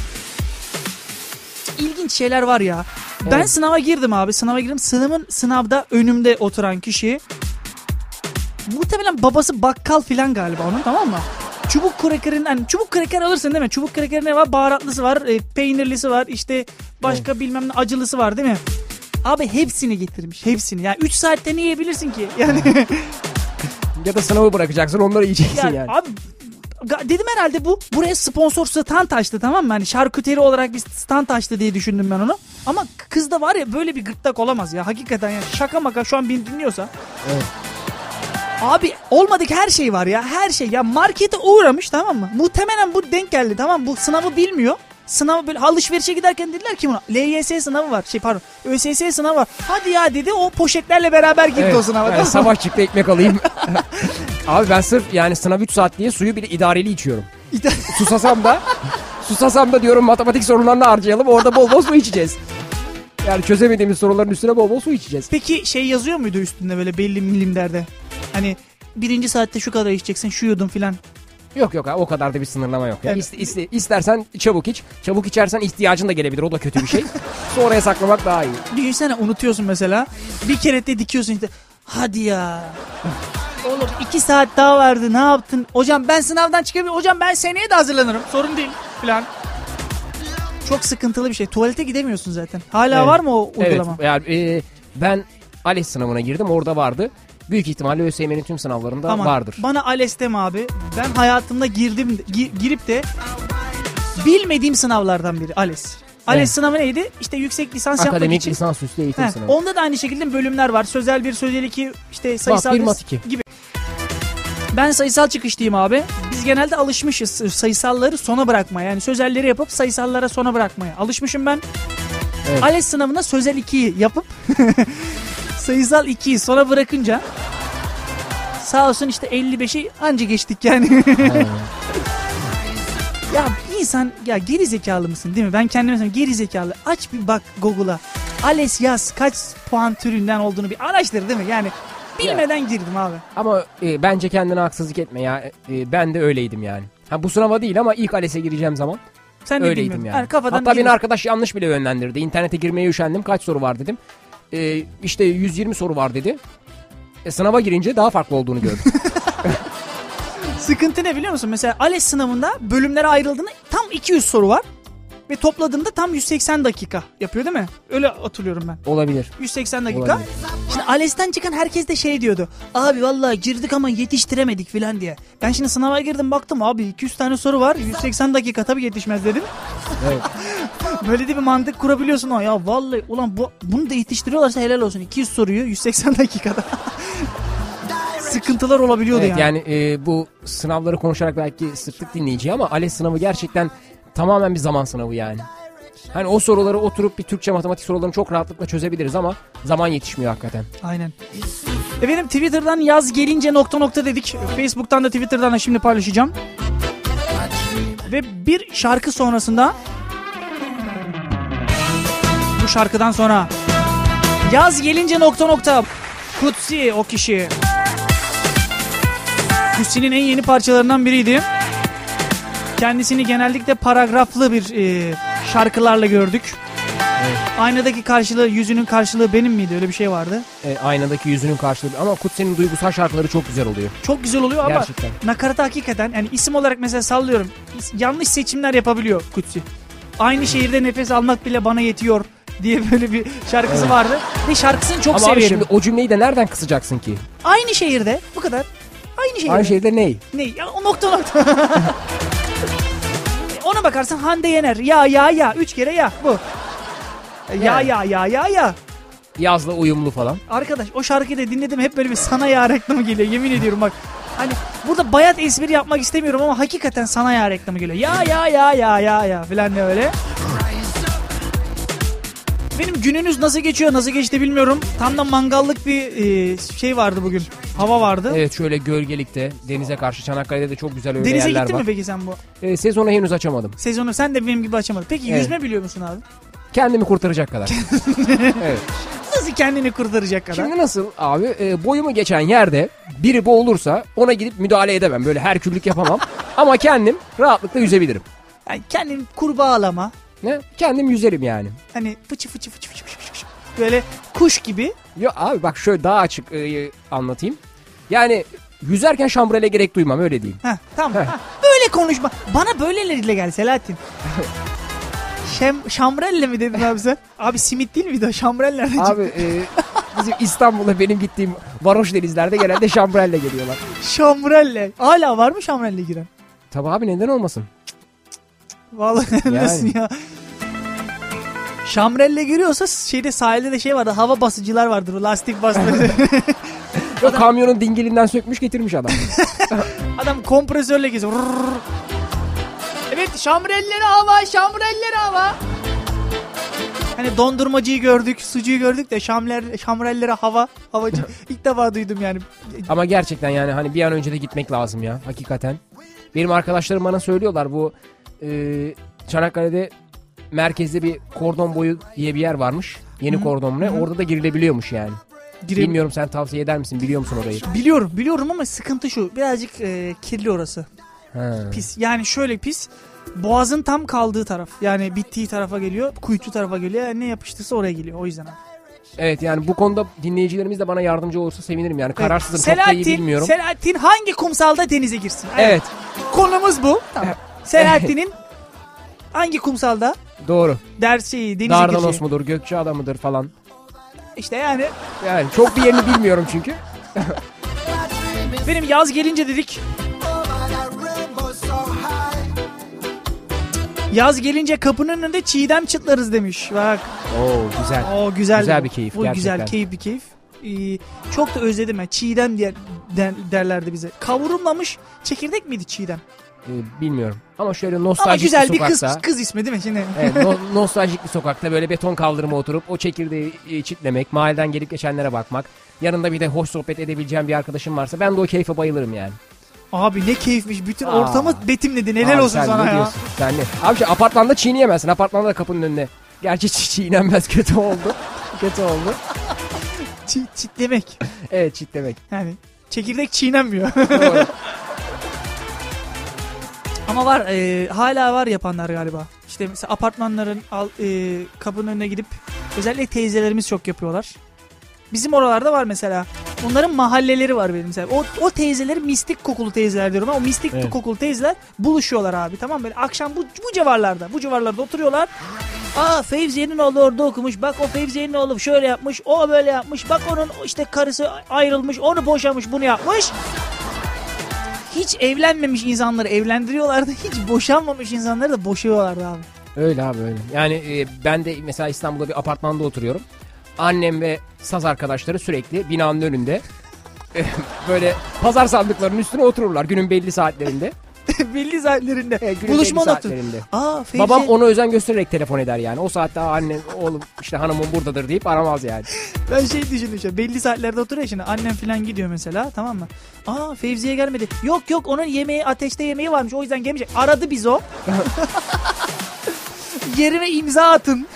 İlginç şeyler var ya. Ben Evet. sınava girdim abi. Sınava girdim. Sınavın sınavda önümde oturan kişi muhtemelen babası bakkal filan galiba onun, tamam mı? Çubuk krakerin, hani çubuk kraker alırsın değil mi? Çubuk krakerin ne var? Baharatlısı var, e, peynirlisi var, işte başka bilmem ne acılısı var değil mi? Abi hepsini getirmiş. Hepsini. Yani üç saatte ne yiyebilirsin ki? Yani Ya da sınavı bırakacaksın, onları yiyeceksin yani, yani. abi ga- dedim herhalde bu buraya sponsor stand açtı, tamam mı? Hani şarküteri olarak bir stand açtı diye düşündüm ben onu. Ama kız da var ya, böyle bir gırtlak olamaz ya. Hakikaten ya, şaka maka şu an beni dinliyorsa. Evet. Abi olmadık her şey var ya, her şey. Ya markete uğramış, tamam mı? Muhtemelen bu denk geldi, tamam mı? Bu sınavı bilmiyor. Sınavı böyle alışverişe giderken dediler ki buna L Y S sınavı var. Şey pardon Ö S S sınavı var. Hadi ya dedi, o poşetlerle beraber girdi Evet, o sınava. yani tamam mı? sabah çıktı ekmek alayım. Abi ben sırf yani sınav üç saat diye suyu bile idareli içiyorum. Susasam da susasam da diyorum matematik sorunlarını harcayalım, orada bol bol su içeceğiz. Yani çözemediğimiz soruların üstüne bol bol su içeceğiz. Peki şey yazıyor muydu üstünde böyle belli milimlerde? Hani birinci saatte şu kadar içeceksin, şu yudum filan. Yok yok abi, o kadar da bir sınırlama yok. Ya. Yani- İste, iste, istersen çabuk iç. Çabuk içersen ihtiyacın da gelebilir, o da kötü bir şey. Sonraya saklamak daha iyi. Düşünsene, unutuyorsun mesela. Bir kere de dikiyorsun işte. Hadi ya. Oğlum iki saat daha vardı, ne yaptın? Hocam ben sınavdan çıkabilirim. Hocam ben seneye de hazırlanırım. Sorun değil filan. Çok sıkıntılı bir şey. Tuvalete gidemiyorsun zaten. Hala Evet. var mı o uygulama? Evet yani e, ben ALES sınavına girdim, orada vardı. Büyük ihtimalle ÖSYM'nin tüm sınavlarında Aman, vardır. bana ALES deme abi. Ben hayatımda girdim gi- girip de bilmediğim sınavlardan biri ALES. ALES Evet. sınavı neydi? İşte yüksek lisans yapmak Akademik için. lisansüstü eğitim Heh, sınavı. onda da aynı şekilde bölümler var. Sözel bir, sözel iki, işte sayısal bir, bir mat iki. gibi. Ben sayısal çıkışlıyım abi. Biz genelde alışmışız sayısalları sona bırakmaya. Yani sözelleri yapıp sayısallara sona bırakmaya. Alışmışım ben. Evet. ALES sınavına sözel ikiyi yapıp sayısal ikiyi sona bırakınca sağ olsun işte elli beşi anca geçtik yani. Ya insan ya geri zekalı mısın değil mi? Ben kendime söylüyorum geri zekalı. Aç bir bak Google'a. ALES yaz kaç puan türünden olduğunu bir araştır değil mi? Yani bilmeden ya. girdim abi. Ama e, bence kendine haksızlık etme ya. E, ben de öyleydim yani. Ha, bu sınava değil ama ilk ALES'e gireceğim zaman sen de öyleydim yani. yani kafadan Hatta beni arkadaş yanlış bile yönlendirdi. İnternete girmeye üşendim. Kaç soru var dedim. E, işte yüz yirmi soru var dedi. E, sınava girince daha farklı olduğunu gördüm. Sıkıntı ne biliyor musun? Mesela ALES sınavında bölümlere ayrıldığında tam iki yüz soru var. Ve topladığında tam yüz seksen dakika yapıyor değil mi? Öyle hatırlıyorum ben. Olabilir. yüz seksen dakika. Olabilir. Şimdi ALES'ten çıkan herkes de şey diyordu. Abi vallahi girdik ama yetiştiremedik filan diye. Ben şimdi sınava girdim baktım abi iki yüz tane soru var. yüz seksen dakika tabii yetişmez dedim. Evet. Böyle de bir mantık kurabiliyorsun o. Ya vallahi ulan bu, bunu da yetiştiriyorlarsa helal olsun. iki yüz soruyu yüz seksen dakikada. Sıkıntılar olabiliyordu evet, yani. Yani e, bu sınavları konuşarak belki sırtlık dinleyici ama ALES sınavı gerçekten tamamen bir zaman sınavı yani. Hani o soruları oturup bir Türkçe matematik sorularını çok rahatlıkla çözebiliriz ama zaman yetişmiyor hakikaten. Aynen. Efendim Twitter'dan yaz gelince nokta nokta dedik. Facebook'tan da Twitter'dan da şimdi paylaşacağım. Ve bir şarkı sonrasında bu şarkıdan sonra yaz gelince nokta nokta Kutsi o kişi. Kutsi'nin en yeni parçalarından biriydi. Kendisini genellikle paragraflı bir e, şarkılarla gördük. Evet. Aynadaki karşılığı, yüzünün karşılığı benim miydi? Öyle bir şey vardı. E, aynadaki yüzünün karşılığı. Ama Kutsi'nin duygusal şarkıları çok güzel oluyor. Çok güzel oluyor ama gerçekten. Nakaratı hakikaten yani isim olarak mesela sallıyorum. Yanlış seçimler yapabiliyor Kutsi. Aynı şehirde nefes almak bile bana yetiyor diye böyle bir şarkısı evet. vardı. Ve şarkısını çok ama severim. Ama şimdi o cümleyi de nereden kısacaksın ki? Aynı şehirde bu kadar. Aynı şehirde. Aynı şehirde ney? Ney? Ya, o nokta nokta. Ona bakarsan Hande Yener. Ya ya ya. Üç kere ya. Bu. Ya yani. ya ya ya ya. Yazla uyumlu falan. Arkadaş o şarkıyı da dinledim. Hep böyle bir sana ya reklamı geliyor. Yemin ediyorum bak. Hani burada bayat espri yapmak istemiyorum ama hakikaten sana ya reklamı geliyor. Ya ya ya ya ya ya falan diye öyle. Benim gününüz nasıl geçiyor, nasıl geçti bilmiyorum. Tam da mangallık bir e, şey vardı bugün. Hava vardı. Evet şöyle gölgelikte, denize karşı. Çanakkale'de de çok güzel öyle denize yerler var. Denize gittin mi peki sen bu? E, sezonu henüz açamadım. Sezonu sen de benim gibi açamadın. Peki evet. Yüzme biliyor musun abi? Kendimi kurtaracak kadar. Evet. Nasıl kendini kurtaracak kadar? Şimdi nasıl abi e, boyumu geçen yerde biri boğulursa ona gidip müdahale edemem. Böyle herküllük yapamam. Ama kendim rahatlıkla yüzebilirim. Yani kendim kurbağalama. Ne? Kendim yüzerim yani. Hani fıçı fıçı fıçı fıçı fıçı fıçı. Böyle kuş gibi. Yok abi bak şöyle daha açık e, anlatayım. Yani yüzerken şambrele gerek duymam öyle diyeyim. Heh, tamam. Heh. Böyle konuşma. Bana böyleleriyle gel Selahattin. Şem, şambrelle mi dedin abi sen? Abi simit değil miydi o? Şambrel nereden çıktı? Abi e, bizim İstanbul'da benim gittiğim varoş denizlerde genelde şambrelle geliyorlar. Şambrelle. Hala var mı şambrelle giren? Tabii abi neden olmasın? Vallahi nasıl yani. Ya. Şambrelle giriyorsa şeyde sahilde de şey vardı. Hava basıcılar vardır. O lastik bastığı. O adam... kamyonun dingilinden sökmüş getirmiş adam. Adam kompresörle geziyor. Evet şambrelleri hava, şambrelleri hava. Hani dondurmacıyı gördük, sucuğu gördük de şamler, şamrellere hava, havacı. İlk defa duydum yani. Ama gerçekten yani hani bir an önce de gitmek lazım ya hakikaten. Benim arkadaşlarım bana söylüyorlar bu e, Çanakkale'de merkezde bir kordon boyu diye bir yer varmış. Yeni kordon ne? Orada da girilebiliyormuş yani. Gire... Bilmiyorum sen tavsiye eder misin? Biliyor musun orayı? Biliyorum, biliyorum ama sıkıntı şu. Birazcık e, kirli orası. Ha. Pis. Yani şöyle pis. Boğazın tam kaldığı taraf. Yani bittiği tarafa geliyor. Kuytu tarafa geliyor. Yani ne yapıştırsa oraya geliyor. O yüzden. Evet yani bu konuda dinleyicilerimiz de bana yardımcı olursa sevinirim. Yani kararsızım. Evet. Çok da iyi bilmiyorum. Selahattin hangi kumsalda denize girsin? Evet. evet. Konumuz bu. Tamam. Selahattin'in hangi kumsalda? Doğru. Dersi denize girsin. Dardanos mudur? Gökçeada mıdır falan. İşte yani. Yani çok bir yerini bilmiyorum çünkü. Benim yaz gelince dedik. Yaz gelince kapının önünde çiğdem çıtlarız demiş. Bak. Oo güzel. Oo güzel. Güzel bir keyif o, gerçekten. Güzel, keyif bir keyif. Ee, çok da özledim ben. Çiğdem diye der, derlerdi bize. Kavrulmamış çekirdek miydi çiğdem? Ee, bilmiyorum. Ama şöyle nostaljik Ama güzel bir sokakta. Ama güzel bir kız, kız ismi değil mi şimdi? Evet, no, nostaljik bir sokakta böyle beton kaldırıma oturup o çekirdeği çitlemek, mahalleden gelip geçenlere bakmak. Yanında bir de hoş sohbet edebileceğim bir arkadaşım varsa ben de o keyfe bayılırım yani. Abi ne keyifmiş. Bütün Aa. ortamı betimledin. Helal Abi olsun sen sana ne ya. diyorsun? Sen ne? Abi şey, apartmanda çiğneyemezsin. Apartmanda da kapının önüne. Gerçi çi- çiğnenmez, kötü oldu. kötü oldu. Çi- çitlemek. Evet, çitlemek. Yani çekirdek çiğnenmiyor. Doğru. Ama var e, hala var yapanlar galiba. İşte mesela apartmanların al, e, kapının önüne gidip özellikle teyzelerimiz çok yapıyorlar. Bizim oralarda var mesela. Onların mahalleleri var benim mesela. O, o teyzeleri mistik kokulu teyzeler diyorum ama o mistik Evet. kokulu teyzeler buluşuyorlar abi, tamam mı? Böyle akşam bu, bu civarlarda bu civarlarda oturuyorlar. Aa, Fevziye'nin oğlu orada okumuş. Bak o Fevziye'nin oğlu şöyle yapmış. O böyle yapmış. Bak onun işte karısı ayrılmış. Onu boşamış, bunu yapmış. Hiç evlenmemiş insanları evlendiriyorlardı. Hiç boşanmamış insanları da boşuyorlardı abi. Öyle abi öyle. Yani e, ben de mesela İstanbul'da bir apartmanda oturuyorum. Annem ve saz arkadaşları sürekli binanın önünde e, böyle pazar sandıklarının üstüne otururlar günün belli saatlerinde. Belli saatlerinde. E, günün Buluşma belli noktası. saatlerinde. Aa, Fevzi. Babam ona özen göstererek telefon eder yani. O saatte annem, oğlum işte hanımım buradadır deyip aramaz yani. Ben şey düşündüm işte. Belli saatlerde oturuyor şimdi. Annem falan gidiyor mesela, tamam mı? Aa, Fevziye gelmedi. Yok yok, onun yemeği, ateşte yemeği varmış. O yüzden gelmeyecek. Aradı biz o. Yerime imza atın.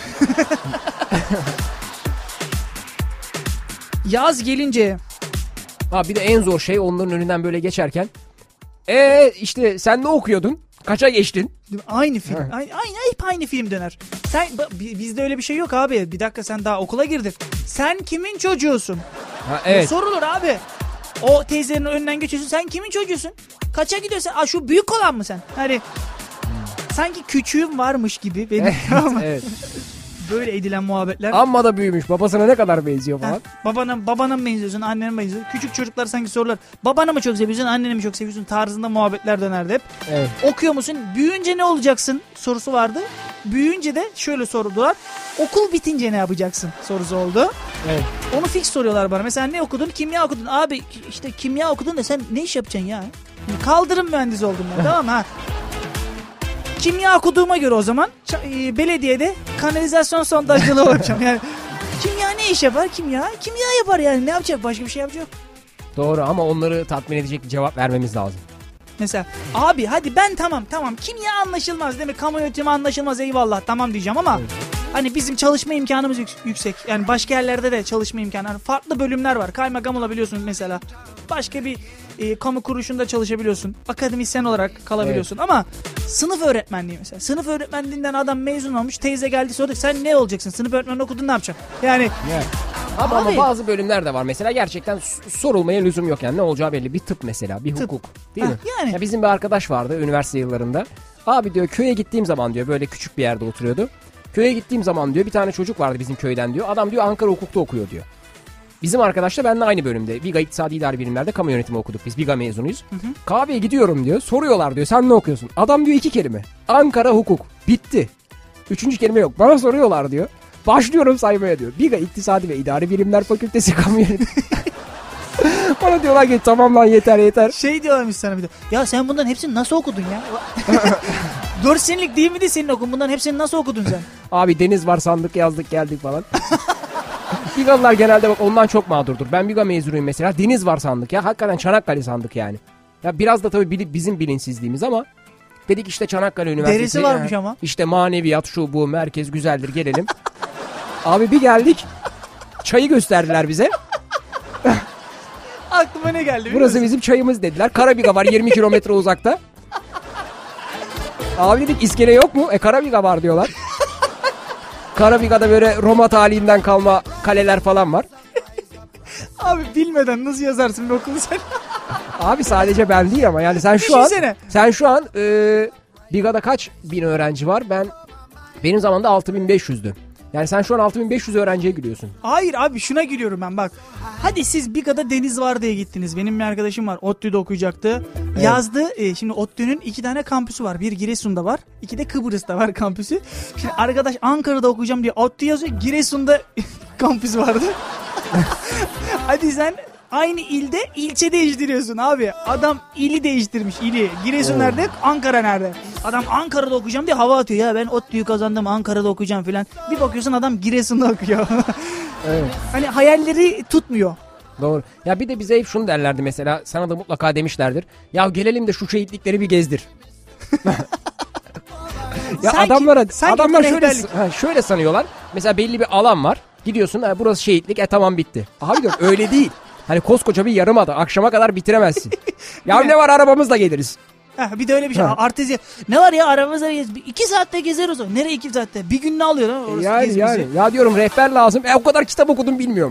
Yaz gelince. Ha bir de en zor şey onların önünden böyle geçerken. Eee işte sen ne okuyordun? Kaça geçtin? Aynı film. Evet. Aynı, aynı, hep aynı film döner. Sen, b- bizde öyle bir şey yok abi. Bir dakika, sen daha okula girdin. Sen kimin çocuğusun? Ha, evet. Sorulur abi. O teyzenin önünden geçiyorsun. Sen kimin çocuğusun? Kaça gidiyorsun? Aa, şu büyük olan mı sen? Hani sanki küçüğüm varmış gibi benim. Ama evet. böyle edilen muhabbetler. Amma da büyümüş. Babasına ne kadar benziyor Ha, falan. babana, babana mı benziyorsun, annene mi benziyorsun? Küçük çocuklar sanki sorular. Babanı mı çok seviyorsun, anneni mi çok seviyorsun tarzında muhabbetler dönerdi hep. Evet. Okuyor musun? Büyüyünce ne olacaksın sorusu vardı. Büyüyünce de şöyle sordular. Okul bitince ne yapacaksın sorusu oldu. Evet. Onu fix soruyorlar bana. Mesela ne okudun? Kimya okudun. Abi işte kimya okudun da sen ne iş yapacaksın ya? Kaldırım mühendisi oldum ben, tamam mı? Ha. Kimya okuduğuma göre o zaman ç- e, belediyede kanalizasyon sondajcılığı olacağım. Yani kimya ne iş yapar? Kimya kimya yapar yani. Ne yapacak? Başka bir şey yapacak yok. Doğru ama onları tatmin edecek bir cevap vermemiz lazım. Mesela abi hadi ben tamam tamam kimya anlaşılmaz değil mi? Kamu yönetimi anlaşılmaz, eyvallah tamam diyeceğim ama Evet. hani bizim çalışma imkanımız yük- yüksek. Yani başka yerlerde de çalışma imkanı. Hani farklı bölümler var. Kaymakam olabiliyorsun mesela. Başka bir e, kamu kuruluşunda çalışabiliyorsun. Akademisyen olarak kalabiliyorsun. Ama sınıf öğretmenliği mesela. Sınıf öğretmenliğinden adam mezun olmuş. Teyze geldi sordu. Sen ne olacaksın? Sınıf öğretmenliği okudun, ne yapacaksın? Yani Evet. Ama, Abi. ama bazı bölümler de var mesela gerçekten s- sorulmaya lüzum yok yani ne olacağı belli. Bir tıp mesela, bir Tıp. hukuk değil Ha, mi? yani. Ya bizim bir arkadaş vardı üniversite yıllarında. Abi diyor köye gittiğim zaman diyor böyle küçük bir yerde oturuyordu. Köye gittiğim zaman diyor bir tane çocuk vardı bizim köyden diyor. Adam diyor Ankara hukukta okuyor diyor. Bizim arkadaş da benimle aynı bölümde. Viga İktisadi İdari Bilimler'de kamu yönetimi okuduk biz. Viga mezunuyuz. Hı hı. Kahveye gidiyorum diyor. Soruyorlar diyor sen ne okuyorsun? Adam diyor iki kelime. Ankara hukuk. Bitti. Üçüncü kelime yok. Bana soruyorlar diyor. Başlıyorum saymaya diyor. Viga İktisadi ve İdari Bilimler Fakültesi kamu yönetimi. Bana diyorlar ki tamam lan yeter yeter. şey diyorlarmış sana bir de. Ya sen bunların hepsini nasıl okudun ya? Dört senelik değil miydi senin okun? Bunların hepsini nasıl okudun sen? Abi deniz var sandık yazdık geldik falan. Vigalılar genelde bak ondan çok mağdurdur. Ben Viga mezunuyum mesela. Deniz var sandık ya. Hakikaten Çanakkale sandık yani. Ya biraz da tabii bili- bizim bilinçsizliğimiz ama dedik işte Çanakkale Üniversitesi. Derisi varmış ya, ama. İşte maneviyat şu bu merkez güzeldir gelelim. Abi bir geldik. Çayı gösterdiler bize. Aklıma ne geldi? biliyor Burası musun? bizim çayımız dediler. Karabiga var yirmi kilometre uzakta. Abi dedik iskele yok mu? E Karabiga var diyorlar. Karabiga'da böyle Roma tarihinden kalma kaleler falan var. Abi bilmeden nasıl yazarsın bir okulu sen? Abi sadece ben değil ama yani sen şu an Düşünsene. sen şu an e, Biga'da kaç bin öğrenci var? Ben benim zamanımda altı bin beş yüzdü. Yani sen şu an altı bin beş yüz öğrenciye gülüyorsun. Hayır abi şuna gülüyorum ben bak. Hadi siz Biga'da deniz var diye gittiniz. Benim bir arkadaşım var. ODTÜ'de okuyacaktı. Evet. Yazdı. E, şimdi ODTÜ'nün iki tane kampüsü var. Bir Giresun'da var. İki de Kıbrıs'ta var kampüsü. Şimdi arkadaş Ankara'da okuyacağım diye ODTÜ yazıyor. Giresun'da kampüsü vardı. Hadi sen aynı ilde ilçe değiştiriyorsun abi. Adam ili değiştirmiş ili. Giresun Oo. nerede? Ankara nerede? Adam Ankara'da okuyacağım diye hava atıyor ya. Ben ODTÜ'yü kazandım Ankara'da okuyacağım filan. Bir bakıyorsun adam Giresun'da okuyor. Evet. Hani hayalleri tutmuyor. Doğru. Ya bir de bize hep şunu derlerdi mesela. Sana da mutlaka demişlerdir. Ya gelelim de şu şehitlikleri bir gezdir. Ya Sanki- adamlara sanki adamlar bir şöyle rehberlik. ha, şöyle sanıyorlar. Mesela belli bir alan var. Gidiyorsun ha, burası şehitlik. E tamam bitti. Abi diyorum öyle değil. Hani koskoca bir yarımada akşama kadar bitiremezsin. Ya ne var arabamızla geliriz. Ha, bir de öyle bir şey. Ha. Artezi. Ne var ya aramızda gez. İki saatte gezeriz o. Nereye iki saatte? Bir gün ne alıyor lan orası Yani gezmesi? yani. Ya diyorum rehber lazım. E o kadar kitap okudum bilmiyor mu?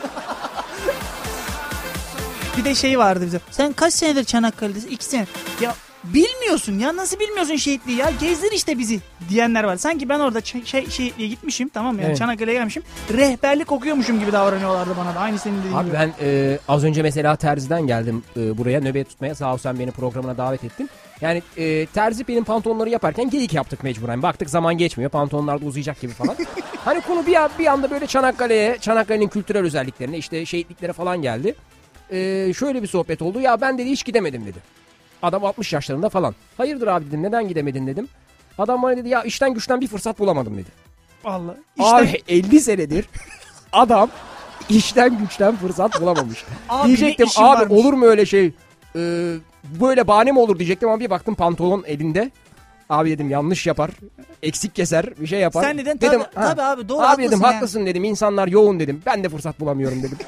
Bir de şey vardı bize. Sen kaç senedir Çanakkale'desin? İki sene. Ya bilmiyorsun ya, nasıl bilmiyorsun şehitliği ya? Gezdir işte bizi diyenler var. Sanki ben orada ç- şey, şehitliğe gitmişim, tamam mı? Yani Evet. Çanakkale'ye gelmişim. Rehberlik okuyormuşum gibi davranıyorlardı bana da. Aynı senin dediğin Abi gibi. ben e, az önce mesela Terzi'den geldim e, buraya nöbet tutmaya. Sağ ol sen beni programına davet ettin. Yani e, Terzi benim pantolonları yaparken geyik yaptık mecburen. Baktık zaman geçmiyor. Pantolonlar da uzayacak gibi falan. Hani konu bir, bir anda böyle Çanakkale'ye, Çanakkale'nin kültürel özelliklerine, işte şehitliklere falan geldi. E, şöyle bir sohbet oldu. Ya ben dedi hiç gidemedim dedi. Adam altmış yaşlarında falan. Hayırdır abi dedim, neden gidemedin dedim. Adam bana dedi ya işten güçten bir fırsat bulamadım dedi. Vallahi. İşte Abi elli senedir adam işten güçten fırsat bulamamış. Abi Diyecektim ne işin abi varmış? olur mu öyle şey? Ee, böyle bahane mi olur diyecektim ama bir baktım pantolon elinde. Abi dedim yanlış yapar. Eksik keser bir şey yapar. sen dedin dedim, tabii, tabii abi doğru, Abi haklısın dedim yani. haklısın dedim, insanlar yoğun dedim. Ben de fırsat bulamıyorum dedim.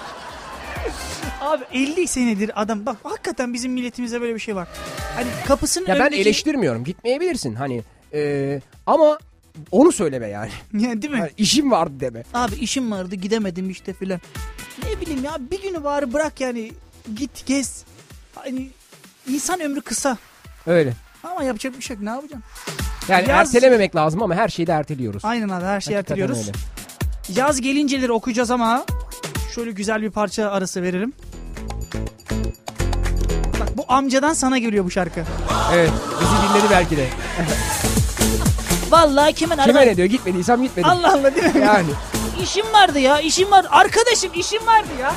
Abi elli senedir adam, bak hakikaten bizim milletimizde böyle bir şey var. Hani kapısının Ya ben önündeki... eleştirmiyorum, gitmeyebilirsin hani e, ama onu söyleme yani. Ya, değil mi? Yani işim vardı deme. Abi işim vardı gidemedim işte filan. Ne bileyim ya, bir günü bari bırak yani, git gez. Hani insan ömrü kısa Öyle. ama yapacak bir şey yok, ne yapacaksın? Yani Yaz- ertelememek lazım ama her şeyi de erteliyoruz. Aynen abi, her şeyi Hakikaten erteliyoruz. öyle. Yaz gelinceleri okuyacağız ama şöyle güzel bir parça arası verelim. Bak bu amcadan sana geliyor bu şarkı. Evet, bizi dinledi belki de. Vallahi kimin Kime araba... ne diyor? Gitmediysem gitmedim. Allah Allah, değil mi? Yani. İşim vardı ya, işim vardı. Arkadaşım işim vardı ya.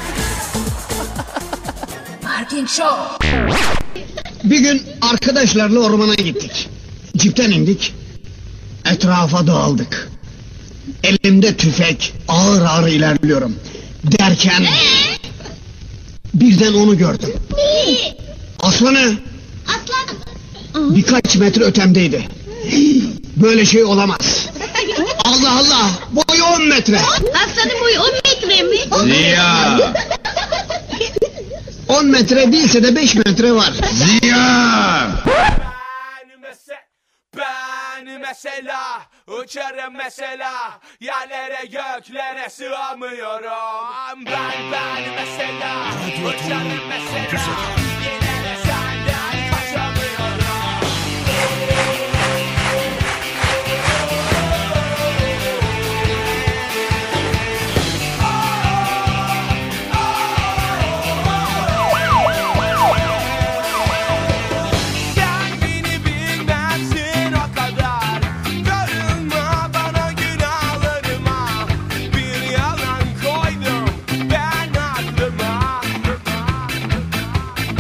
Bir gün arkadaşlarla ormana gittik. Cipten indik. Etrafa dağıldık. Elimde tüfek, ağır ağır ilerliyorum. Derken birden onu gördüm. Aslanı Aslan. birkaç metre ötemdeydi. Böyle şey olamaz. Allah Allah, boyu on metre. Aslanın boyu on metre mi? Ziya. on metre değilse de beş metre var. Ziya. Ben, mese ben mesela uçarım mesela, yerlere göklere sığamıyorum. Ben ben mesela uçarım mesela, yine de senden kaçamıyorum. Sen beni bilmezsin o kadar, görünme bana günahlarıma. Bir yalan koydum ben aklıma.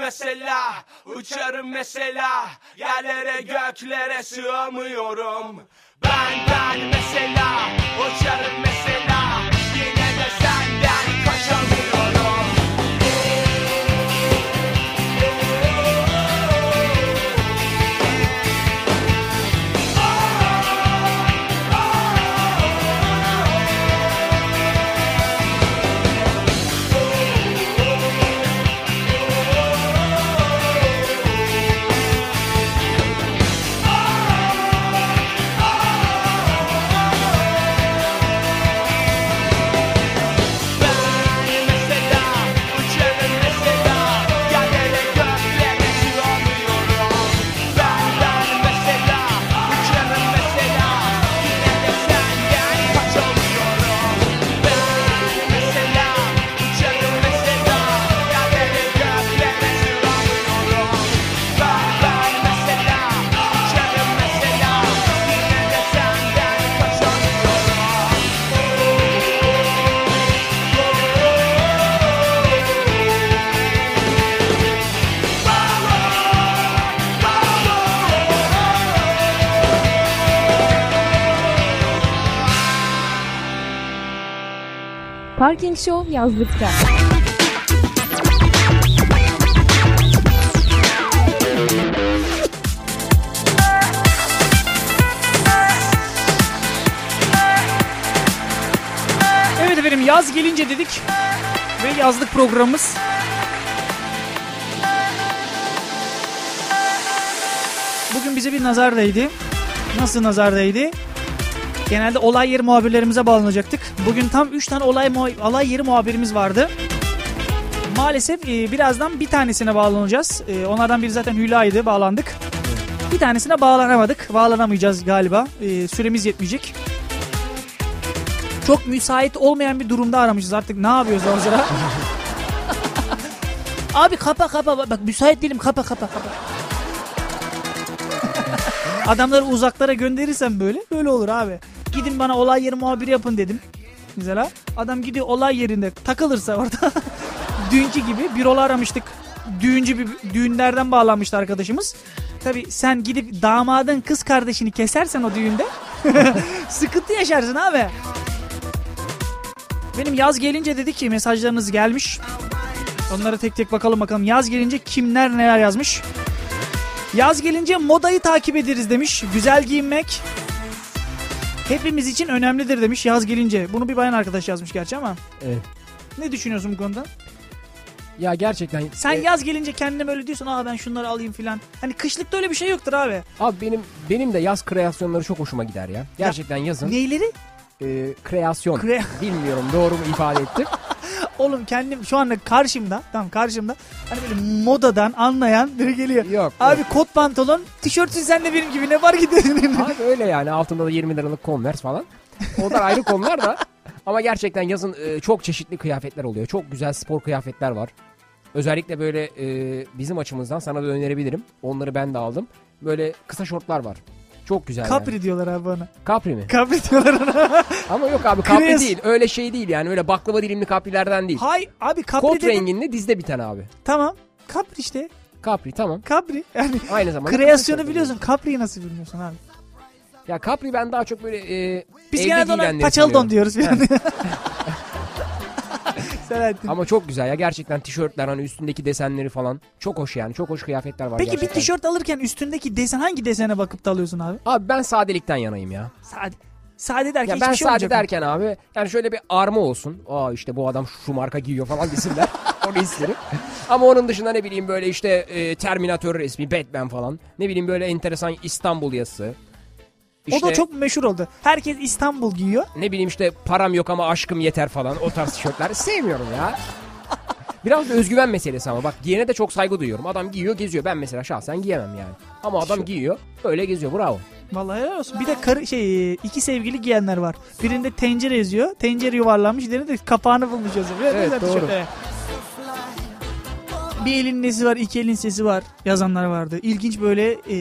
mesela, uçarım mesela, yerlere göklere sığamıyorum. Ben ben mesela, uçarım mesela, yine de senden kaçamıyorum. Parking Show yazlıkta. Evet efendim, yaz gelince dedik ve yazlık programımız. Bugün bize bir nazar değdi. Nasıl nazar değdi? Genelde olay yeri muhabirlerimize bağlanacaktık. Bugün tam üç tane olay muha- olay yeri muhabirimiz vardı. Maalesef e, birazdan bir tanesine bağlanacağız. E, onlardan biri zaten Hülya'ydı, bağlandık. Bir tanesine bağlanamadık. Bağlanamayacağız galiba. E, süremiz yetmeyecek. Çok müsait olmayan bir durumda aramışız, artık ne yapıyoruz o sıra? Abi kapa kapa, bak müsait değilim, kapa kapa kapa. Adamları uzaklara gönderirsem böyle böyle olur abi. Gidin bana olay yeri muhabiri yapın dedim. Mesela adam gidiyor olay yerinde takılırsa orada. Dünkü gibi bir olay aramıştık. Düğüncü bir düğünlerden bağlanmıştı arkadaşımız. Tabii sen gidip damadın kız kardeşini kesersen o düğünde sıkıntı yaşarsın abi. Benim yaz gelince dedi ki mesajlarınız gelmiş. Onlara tek tek bakalım bakalım. Yaz gelince kimler neler yazmış. Yaz gelince modayı takip ederiz demiş. Güzel giyinmek hepimiz için önemlidir demiş yaz gelince. Bunu bir bayan arkadaş yazmış gerçi ama. Evet. Ne düşünüyorsun bu konuda? Ya gerçekten. Sen e, yaz gelince kendine böyle diyorsun, aa ben şunları alayım filan. Hani kışlıkta öyle bir şey yoktur abi. Abi benim benim de yaz kreasyonları çok hoşuma gider ya. Gerçekten yazın. Neyleri? E, kreasyon. Kre- Bilmiyorum doğru mu ifade ettim. Oğlum kendim şu anda karşımda, tamam karşımda. Hani böyle modadan anlayan biri geliyor. Yok. Abi yok. kot pantolon, tişörtün sen de benim gibi, ne var gidiyorsun? Abi öyle yani, altında da yirmi liralık Converse falan. O da ayrı konular da. Ama gerçekten yazın e, çok çeşitli kıyafetler oluyor. Çok güzel spor kıyafetler var. Özellikle böyle e, bizim açımızdan sana da önerebilirim. Onları ben de aldım. Böyle kısa şortlar var. Çok güzel Capri yani. diyorlar abi bana. Capri mi? Capri diyorlar ona. Ama yok abi Capri Kres. değil. Öyle şey değil yani. Öyle baklava dilimli Capri'lerden değil. Hay abi Capri Kot dedim. renginde dizde biten abi. Tamam. Capri işte. Capri tamam. Capri. Yani Aynı zamanda. kreasyonu biliyorsun. Capri'yi nasıl bilmiyorsun abi? Ya Capri ben daha çok böyle e, Biz evde genelde ona giyilenleri paçalı don sanıyorum. diyoruz yani. Selahattin. Ama çok güzel ya gerçekten, tişörtler hani üstündeki desenleri falan. Çok hoş yani, çok hoş kıyafetler var Peki gerçekten. bir tişört alırken üstündeki desen, hangi desene bakıp da alıyorsun abi? Abi ben sadelikten yanayım ya. Sade. Sade derken Ya ben hiçbir şey sade olmayacak mı? derken abi yani şöyle bir arma olsun. Aa işte bu adam şu marka giyiyor falan desinler. Onu isterim. Ama onun dışında ne bileyim böyle işte e, Terminator resmi, Batman falan. Ne bileyim böyle enteresan İstanbul yazısı. İşte, O da çok meşhur oldu. Herkes İstanbul giyiyor. ne bileyim işte param yok ama aşkım yeter falan. O tarz tişörtler sevmiyorum ya. Biraz da özgüven meselesi ama bak, giyene de çok saygı duyuyorum. Adam giyiyor geziyor. Ben mesela şahsen giyemem yani. Ama adam giyiyor öyle geziyor, bravo. Vallahi helal olsun. Bir de karı, şey iki sevgili giyenler var. Birinde tencere yazıyor. Tencere yuvarlanmış. Diğerinde de kapağını bulmuş yazıyor. Böyle Evet, güzel doğru. tişörtler. Bir elin nesi var, iki elin sesi var yazanlar vardı. İlginç böyle e,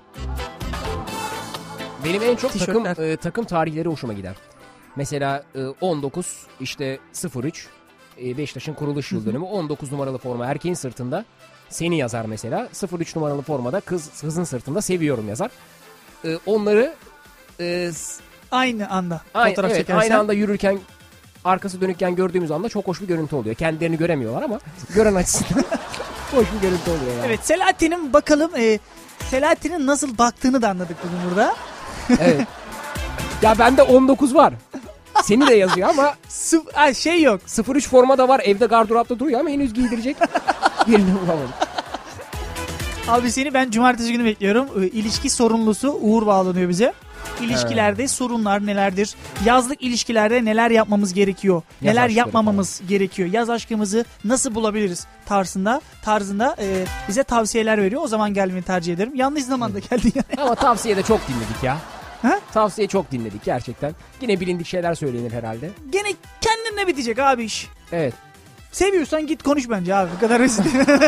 Benim en çok takım Tişörtler. e, takım tarihleri hoşuma gider. Mesela e, on dokuz işte sıfır üç e, Beşiktaş'ın kuruluş yıl dönümü. on dokuz numaralı forma erkeğin sırtında seni yazar mesela. sıfır üç numaralı formada kız kızın sırtında seviyorum yazar. E, onları e, Aynı anda aynı, fotoğraf evet, çekersen. aynı anda yürürken arkası dönükken gördüğümüz anda çok hoş bir görüntü oluyor. Kendilerini göremiyorlar ama gören açısından hoş bir görüntü oluyor yani. Evet, Selahattin'in bakalım e, Selahattin'in nasıl baktığını da anladık bugün burada. Evet. Ya bende on dokuz var. Seni de yazıyor ama Sıf- ha, şey yok. sıfır üç forma da var. Evde gardıropta duruyor ama henüz giydirecek birini bulamadım. Abi seni ben cumartesi günü bekliyorum. E, ilişki sorumlusu Uğur bağlanıyor bize. İlişkilerde sorunlar nelerdir? Yazlık ilişkilerde neler yapmamız gerekiyor? Yaz neler aşkları yapmamamız falan gerekiyor? Yaz aşkımızı nasıl bulabiliriz tarzında tarzında e, bize tavsiyeler veriyor. O zaman gelmeyi tercih ederim. Yanlış zamanda geldin yani. Ama tavsiye de çok dinledik ya. Ha? Tavsiye çok dinledik gerçekten. Yine bilindik şeyler söylenir herhalde. Gene kendinle bitecek abi iş. Evet. Seviyorsan git konuş bence abi. Bu kadar basit.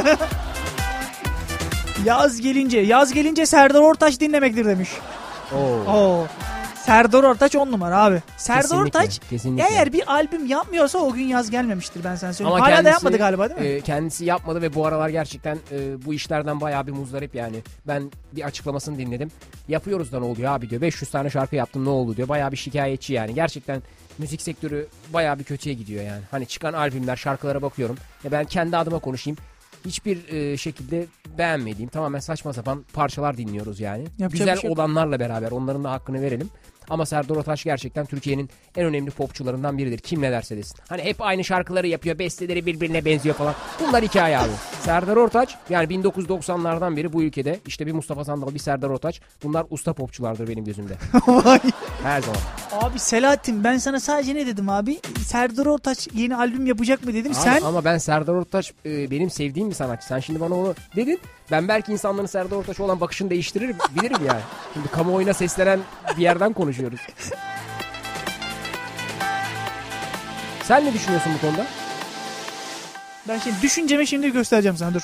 Yaz gelince, yaz gelince Serdar Ortaç dinlemektir demiş. Oo. Oo. Serdar Ortaç on numara abi. Serdar Kesinlikle, Ortaç kesinlikle. eğer bir albüm yapmıyorsa o gün yaz gelmemiştir, ben sana söyleyeyim. Ama Hala kendisi, da yapmadı galiba değil mi? E, kendisi yapmadı ve bu aralar gerçekten e, bu işlerden bayağı bir muzdarip yani. Ben bir açıklamasını dinledim. Yapıyoruz da ne oluyor abi diyor. beş yüz tane şarkı yaptım ne oldu diyor. Bayağı bir şikayetçi yani. Gerçekten müzik sektörü bayağı bir kötüye gidiyor yani. Hani çıkan albümler, şarkılara bakıyorum. Ya ben kendi adıma konuşayım. Hiçbir e, şekilde beğenmediğim, tamamen saçma sapan parçalar dinliyoruz yani. Yapacak Güzel bir şey yok. olanlarla beraber onların da hakkını verelim. Ama Serdar Ortaç gerçekten Türkiye'nin en önemli popçularından biridir. Kim ne derse desin. Hani hep aynı şarkıları yapıyor, besteleri birbirine benziyor falan. Bunlar hikaye abi. Serdar Ortaç yani bin dokuz yüz doksanlardan beri bu ülkede işte bir Mustafa Sandal, bir Serdar Ortaç. Bunlar usta popçulardır benim gözümde. Vay. Her zaman. Abi Selahattin, ben sana sadece ne dedim abi? Serdar Ortaç yeni albüm yapacak mı dedim. Abi, Sen ama ben Serdar Ortaç e, benim sevdiğim bir sanatçı. Sen şimdi bana onu dedin. Ben belki insanların Serdar Ortaç'a olan bakışını değiştirir bilirim yani. Şimdi kamuoyuna seslenen bir yerden konuşuyoruz. Sen ne düşünüyorsun bu konuda? ben şimdi düşüncemi şimdi göstereceğim sana, dur.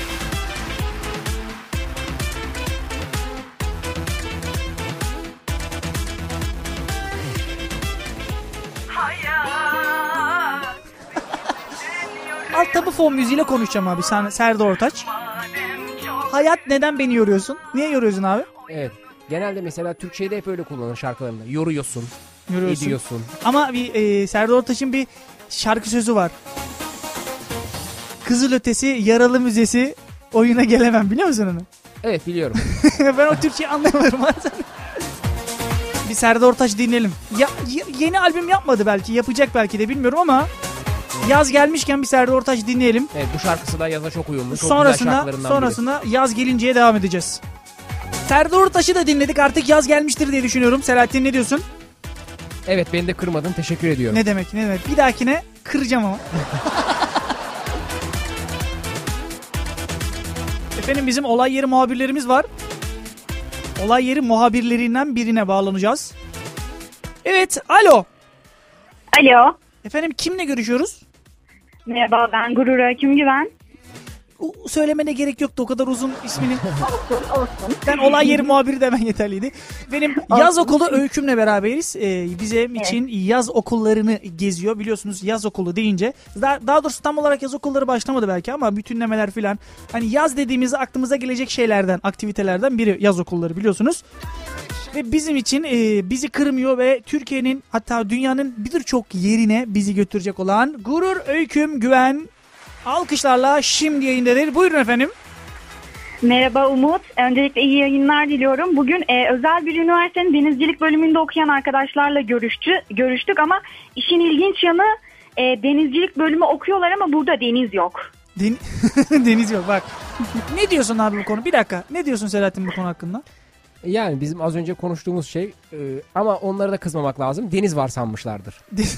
Alt tabu fon müziğiyle konuşacağım abi. Sen Serdar Ortaç. Hayat neden beni yoruyorsun? Niye yoruyorsun abi? Evet. Genelde mesela Türkçe'de hep öyle kullanılır şarkılarında. Yoruyorsun, Yoruyorsun. ediyorsun. Ama bir e, Serdar Ortaç'ın bir şarkı sözü var. Kızılötesi yaralı müzesi oyuna gelemem, biliyor musun onu? Evet biliyorum. Ben o Türkçeyi anlayamıyorum bazen. Bir Serdar Ortaç dinleyelim. Ya, y- yeni albüm yapmadı belki, yapacak belki de, bilmiyorum ama yaz gelmişken bir Serdar Ortaç dinleyelim. Evet, bu şarkısı da yaza çok uyumlu. Çok güzel Sonrasında şarkılarından sonrasında yaz gelinceye devam edeceğiz. Serdar Ortaç'ı da dinledik, artık yaz gelmiştir diye düşünüyorum. Selahattin ne diyorsun? biri. Evet, beni de kırmadın, teşekkür ediyorum. Ne demek ne demek. Bir dahakine kıracağım ama. Efendim bizim olay yeri muhabirlerimiz var. Olay yeri muhabirlerinden birine bağlanacağız. Evet, alo. Alo. Efendim kimle görüşüyoruz? Merhaba, ben Gurur Öyküm Güven. O, söylemene gerek yoktu o kadar uzun ismini. Ben olay yeri muhabiri demen yeterliydi. Benim yaz okulu Öyküm'le beraberiz. Ee, bizim için yaz okullarını geziyor. Biliyorsunuz yaz okulu deyince, daha, daha doğrusu tam olarak yaz okulları başlamadı belki ama bütünlemeler filan. Hani yaz dediğimizde aklımıza gelecek şeylerden, aktivitelerden biri yaz okulları, biliyorsunuz. Ve bizim için e, bizi kırmıyor ve Türkiye'nin, hatta dünyanın birçok yerine bizi götürecek olan Gurur Öyküm Güven alkışlarla şimdi yayındadır. Buyurun efendim. Merhaba Umut. Öncelikle iyi yayınlar diliyorum. Bugün e, özel bir üniversitenin denizcilik bölümünde okuyan arkadaşlarla görüştü, görüştük ama işin ilginç yanı e, denizcilik bölümü okuyorlar ama burada deniz yok. Den Deniz yok bak. Ne diyorsun abi bu konu? Bir dakika. Ne diyorsun Selahattin bu konu hakkında? Yani bizim az önce konuştuğumuz şey e, ama onlara da kızmamak lazım. Deniz var sanmışlardır.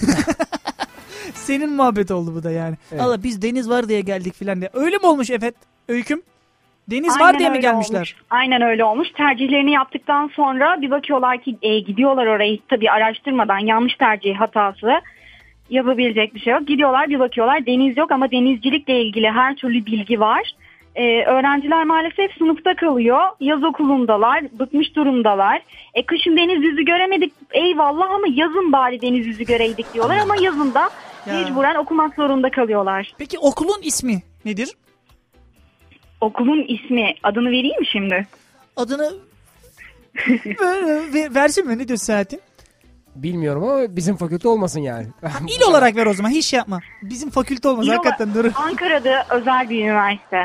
Senin muhabbet oldu bu da yani. Evet. Allah biz deniz var diye geldik filan diye. Öyle mi olmuş evet Öyküm? Deniz Aynen var diye mi öyle gelmişler? olmuş. Aynen öyle olmuş. Tercihlerini yaptıktan sonra bir bakıyorlar ki e, gidiyorlar orayı tabii araştırmadan, yanlış tercih hatası yapabilecek bir şey yok. Gidiyorlar bir bakıyorlar deniz yok ama denizcilikle ilgili her türlü bilgi var. Ee, öğrenciler maalesef sınıfta kalıyor. Yaz okulundalar, bıkmış durumdalar. E, kışın deniz yüzü göremedik eyvallah ama yazın bari deniz yüzü göreydik diyorlar ama yazın da Ya. Mecburen okumak zorunda kalıyorlar. Peki okulun ismi nedir? Okulun ismi, adını vereyim mi şimdi? Adını ver, ver- versin mi? Ne diyorsun Selahattin? Bilmiyorum ama bizim fakülte olmasın yani. İl olarak ver o zaman. Hiç şey yapma. Bizim fakülte olmaz İl hakikaten. Dur. Ankara'da özel bir üniversite.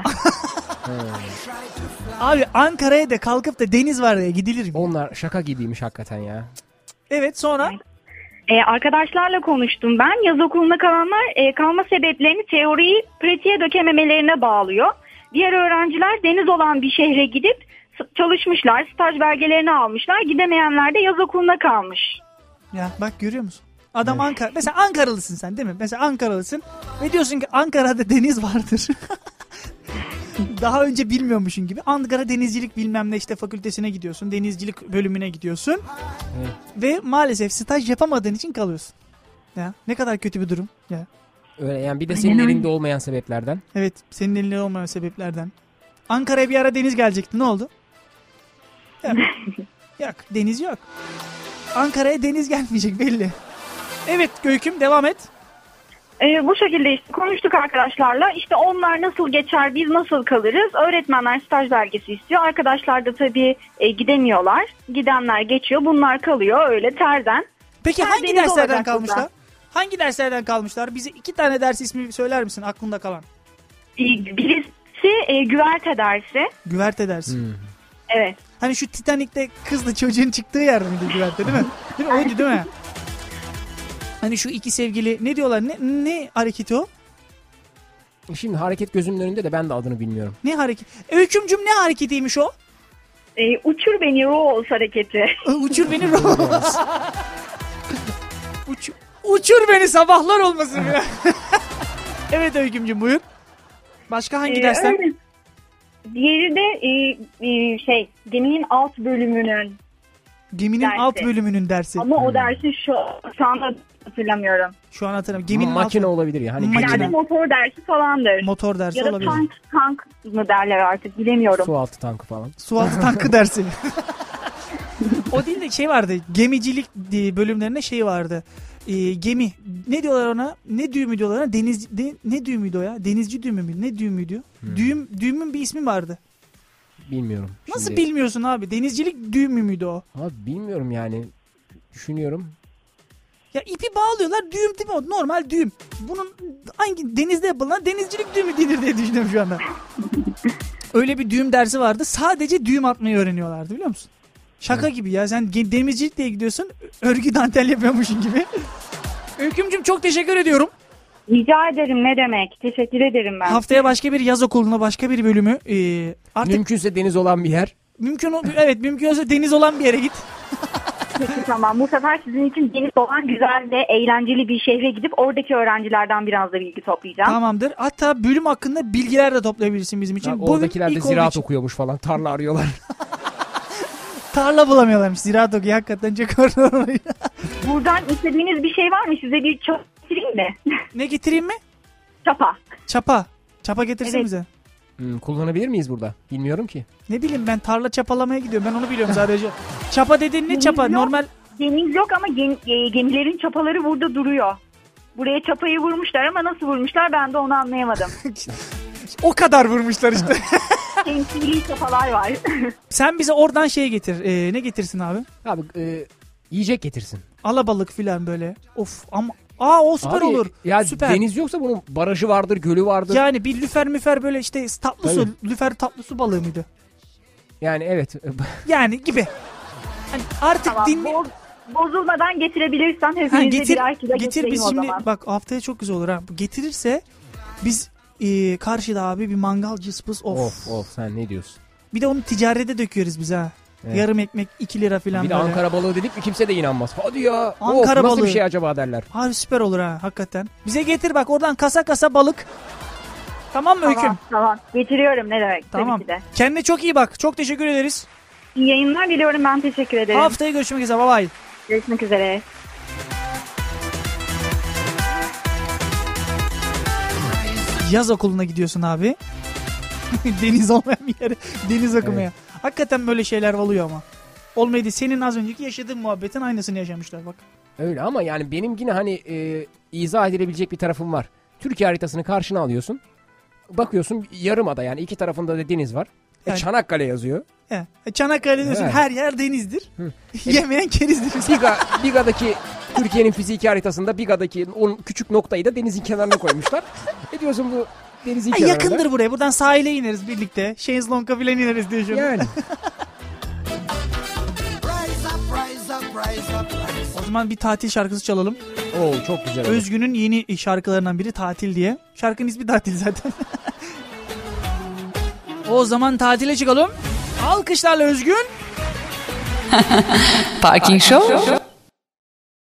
Abi Ankara'ya da kalkıp da deniz var ya gidilir mi? Onlar şaka gibiymiş hakikaten ya. Evet sonra? Ee, arkadaşlarla konuştum ben. Yaz okulunda kalanlar e, kalma sebeplerini teoriyi pratiğe dökememelerine bağlıyor. Diğer öğrenciler deniz olan bir şehre gidip s- çalışmışlar, staj belgelerini almışlar. Gidemeyenler de yaz okulunda kalmış. Ya bak görüyor musun? Adam Ankara. Mesela Ankaralısın sen değil mi? Mesela Ankaralısın ve diyorsun ki Ankara'da deniz vardır. Daha önce bilmiyormuşsun gibi. Ankara denizcilik bilmem ne işte fakültesine gidiyorsun. Denizcilik bölümüne gidiyorsun. Evet. Ve maalesef staj yapamadığın için kalıyorsun. Ya ne kadar kötü bir durum. Ya. Öyle yani bir de senin elinde olmayan sebeplerden. Evet, senin elinde olmayan sebeplerden. Ankara'ya bir ara deniz gelecekti. Ne oldu? Yok. Yok, deniz yok. Ankara'ya deniz gelmeyecek belli. Evet Göyküm devam et. Ee, bu şekilde işte konuştuk arkadaşlarla. İşte onlar nasıl geçer, biz nasıl kalırız? Öğretmenler staj belgesi istiyor. Arkadaşlar da tabii e, gidemiyorlar. Gidenler geçiyor, bunlar kalıyor öyle terden. Peki Her hangi deniz derslerden olacak kalmışlar? burada. Hangi derslerden kalmışlar? Bize iki tane ders ismi söyler misin aklında kalan? Ee, Birisi e, güverte dersi. Güverte dersi. Hmm. Evet. Hani şu Titanik'te kızla çocuğun çıktığı yer miydi güverte değil mi? Değil mi? Oydu değil mi? Hani şu iki sevgili ne diyorlar? Ne, ne hareketi o? Şimdi hareket gözümün önünde de ben de adını bilmiyorum. Ne hareket? Öykümcüm ne hareketiymiş o? Ee, uçur beni Rolls hareketi. Uçur beni Rolls. Uç, uçur beni sabahlar olmasın ya. Evet Öykümcüm buyur. Başka hangi Ee, dersler? öyle. Diğeri de e, e, şey geminin alt bölümünün. Geminin dersi. alt bölümünün dersi. Ama o dersi şu, şu anda hatırlamıyorum. Şu an hatırlamıyorum. Geminin Makine alt olabilir ya. Hani Makine. Herhalde motor dersi falandır. motor dersi Ya da olabilir. tank, tank mı derler artık bilemiyorum. su altı tankı falan. Sualtı tankı dersi. O değil de şey vardı. Gemicilik diye bölümlerinde şey vardı. Ee, gemi. Ne diyorlar ona? Ne düğümü diyorlar ona? Deniz de, ne düğümüydü o ya? Denizci düğümü mü? Ne düğümüydü? Hmm. Düğüm düğümün bir ismi vardı. Bilmiyorum. Nasıl Şimdi- bilmiyorsun abi? Denizcilik düğümü müydü o? Abi bilmiyorum yani. Düşünüyorum. Ya ipi bağlıyorlar. Düğüm değil mi o? Normal düğüm. Bunun hangi denizde yapılan denizcilik düğümü denir diye düşünüyorum şu anda. Öyle bir düğüm dersi vardı. Sadece düğüm atmayı öğreniyorlardı biliyor musun? Şaka gibi ya. Sen ge- denizcilik diye gidiyorsun. Örgü dantel yapıyormuşsun gibi. Öykümcüm çok teşekkür ediyorum. Rica ederim ne demek. Teşekkür ederim ben. Haftaya başka bir yaz okuluna başka bir bölümü. Ee, artık Mümkünse deniz olan bir yer. mümkün ol- evet mümkün olsa deniz olan bir yere git. Peki tamam. Bu sefer sizin için deniz olan güzel ve eğlenceli bir şehre gidip oradaki öğrencilerden biraz da bilgi toplayacağım. Tamamdır. Hatta bölüm hakkında bilgiler de toplayabilirsin bizim için. Ya, Bu oradakiler de ilk olduğu ziraat için okuyormuş falan. Tarla arıyorlar. tarla bulamıyorlarmış. Ziraat okuyor. Hakikaten çok orada. Buradan istediğiniz bir şey var mı? Size bir çapa getireyim mi? Ne getireyim mi? Çapa. Çapa. Çapa getirsin Evet. bize. Hmm, kullanabilir miyiz burada? Bilmiyorum ki. Ne bileyim ben tarla çapalamaya gidiyorum. Ben onu biliyorum sadece. Çapa dediğin ne Deniz çapa? yok. Normal Deniz yok ama gem- e, gemilerin çapaları burada duruyor. Buraya çapayı vurmuşlar ama nasıl vurmuşlar ben de onu anlayamadım. o kadar vurmuşlar işte. Temsili çapalar var. Sen bize oradan şey getir. Ee, ne getirsin abi? Abi e, yiyecek getirsin. Alabalık filan böyle. Of ama aa o süper Abi, olur. Ya Süper. deniz yoksa bunun barajı vardır, gölü vardır. Yani bir lüfer müfer böyle işte tatlı su. Tabii. Lüfer tatlı su balığı mıydı? Yani evet. Yani gibi. Hani artık Tamam, dinle... boz- bozulmadan getirebilirsen Ha, hepinize getir, birer kilo getir getireyim biz o şimdi zaman. bak haftaya çok güzel olur ha. Getirirse biz e, karşıda abi bir mangal cıspız of. Of of sen ne diyorsun? Bir de onu ticarete döküyoruz biz ha. Evet. Yarım ekmek iki lira falan Bir de böyle. Ankara balığı dedik mi kimse de inanmaz. Hadi ya. Ankara of, nasıl balığı. bir şey acaba derler. Abi süper olur ha hakikaten. Bize getir bak oradan kasa kasa balık. Tamam mı Öyküm? Tamam tamam getiriyorum ne demek Tamam. tabii ki de. Kendine çok iyi bak. Çok teşekkür ederiz. İyi yayınlar diliyorum ben teşekkür ederim. Haftaya görüşmek üzere. Bye bye. Görüşmek üzere. Yaz okuluna gidiyorsun abi. Deniz olmayan bir yere deniz okumaya. Hakikaten böyle şeyler oluyor ama. Olmaydı senin az önceki yaşadığın muhabbetin aynısını yaşamışlar bak. Öyle ama yani benim yine hani e, izah edilebilecek bir tarafım var. Türkiye haritasını karşına alıyorsun. Bakıyorsun yarımada, yani iki tarafında da deniz var. Yani, e, Çanakkale yazıyor. He, Çanakkale diyorsun, evet. Her yer denizdir. Yemeyen kerizdir. Biga, Biga'daki Türkiye'nin fiziki haritasında Biga'daki o küçük noktayı da denizin kenarına koymuşlar. E diyorsun bu denizin ha, kenarında. Yakındır buraya. Buradan sahile ineriz birlikte. Şezlong'a filan ineriz diyor şimdi. Yani. O zaman bir tatil şarkısı çalalım. Oo, çok güzel olur. Özgün'ün yeni şarkılarından biri Tatil diye. Şarkının ismi Tatil zaten. O zaman tatile çıkalım. Alkışlarla Özgün. Parking Show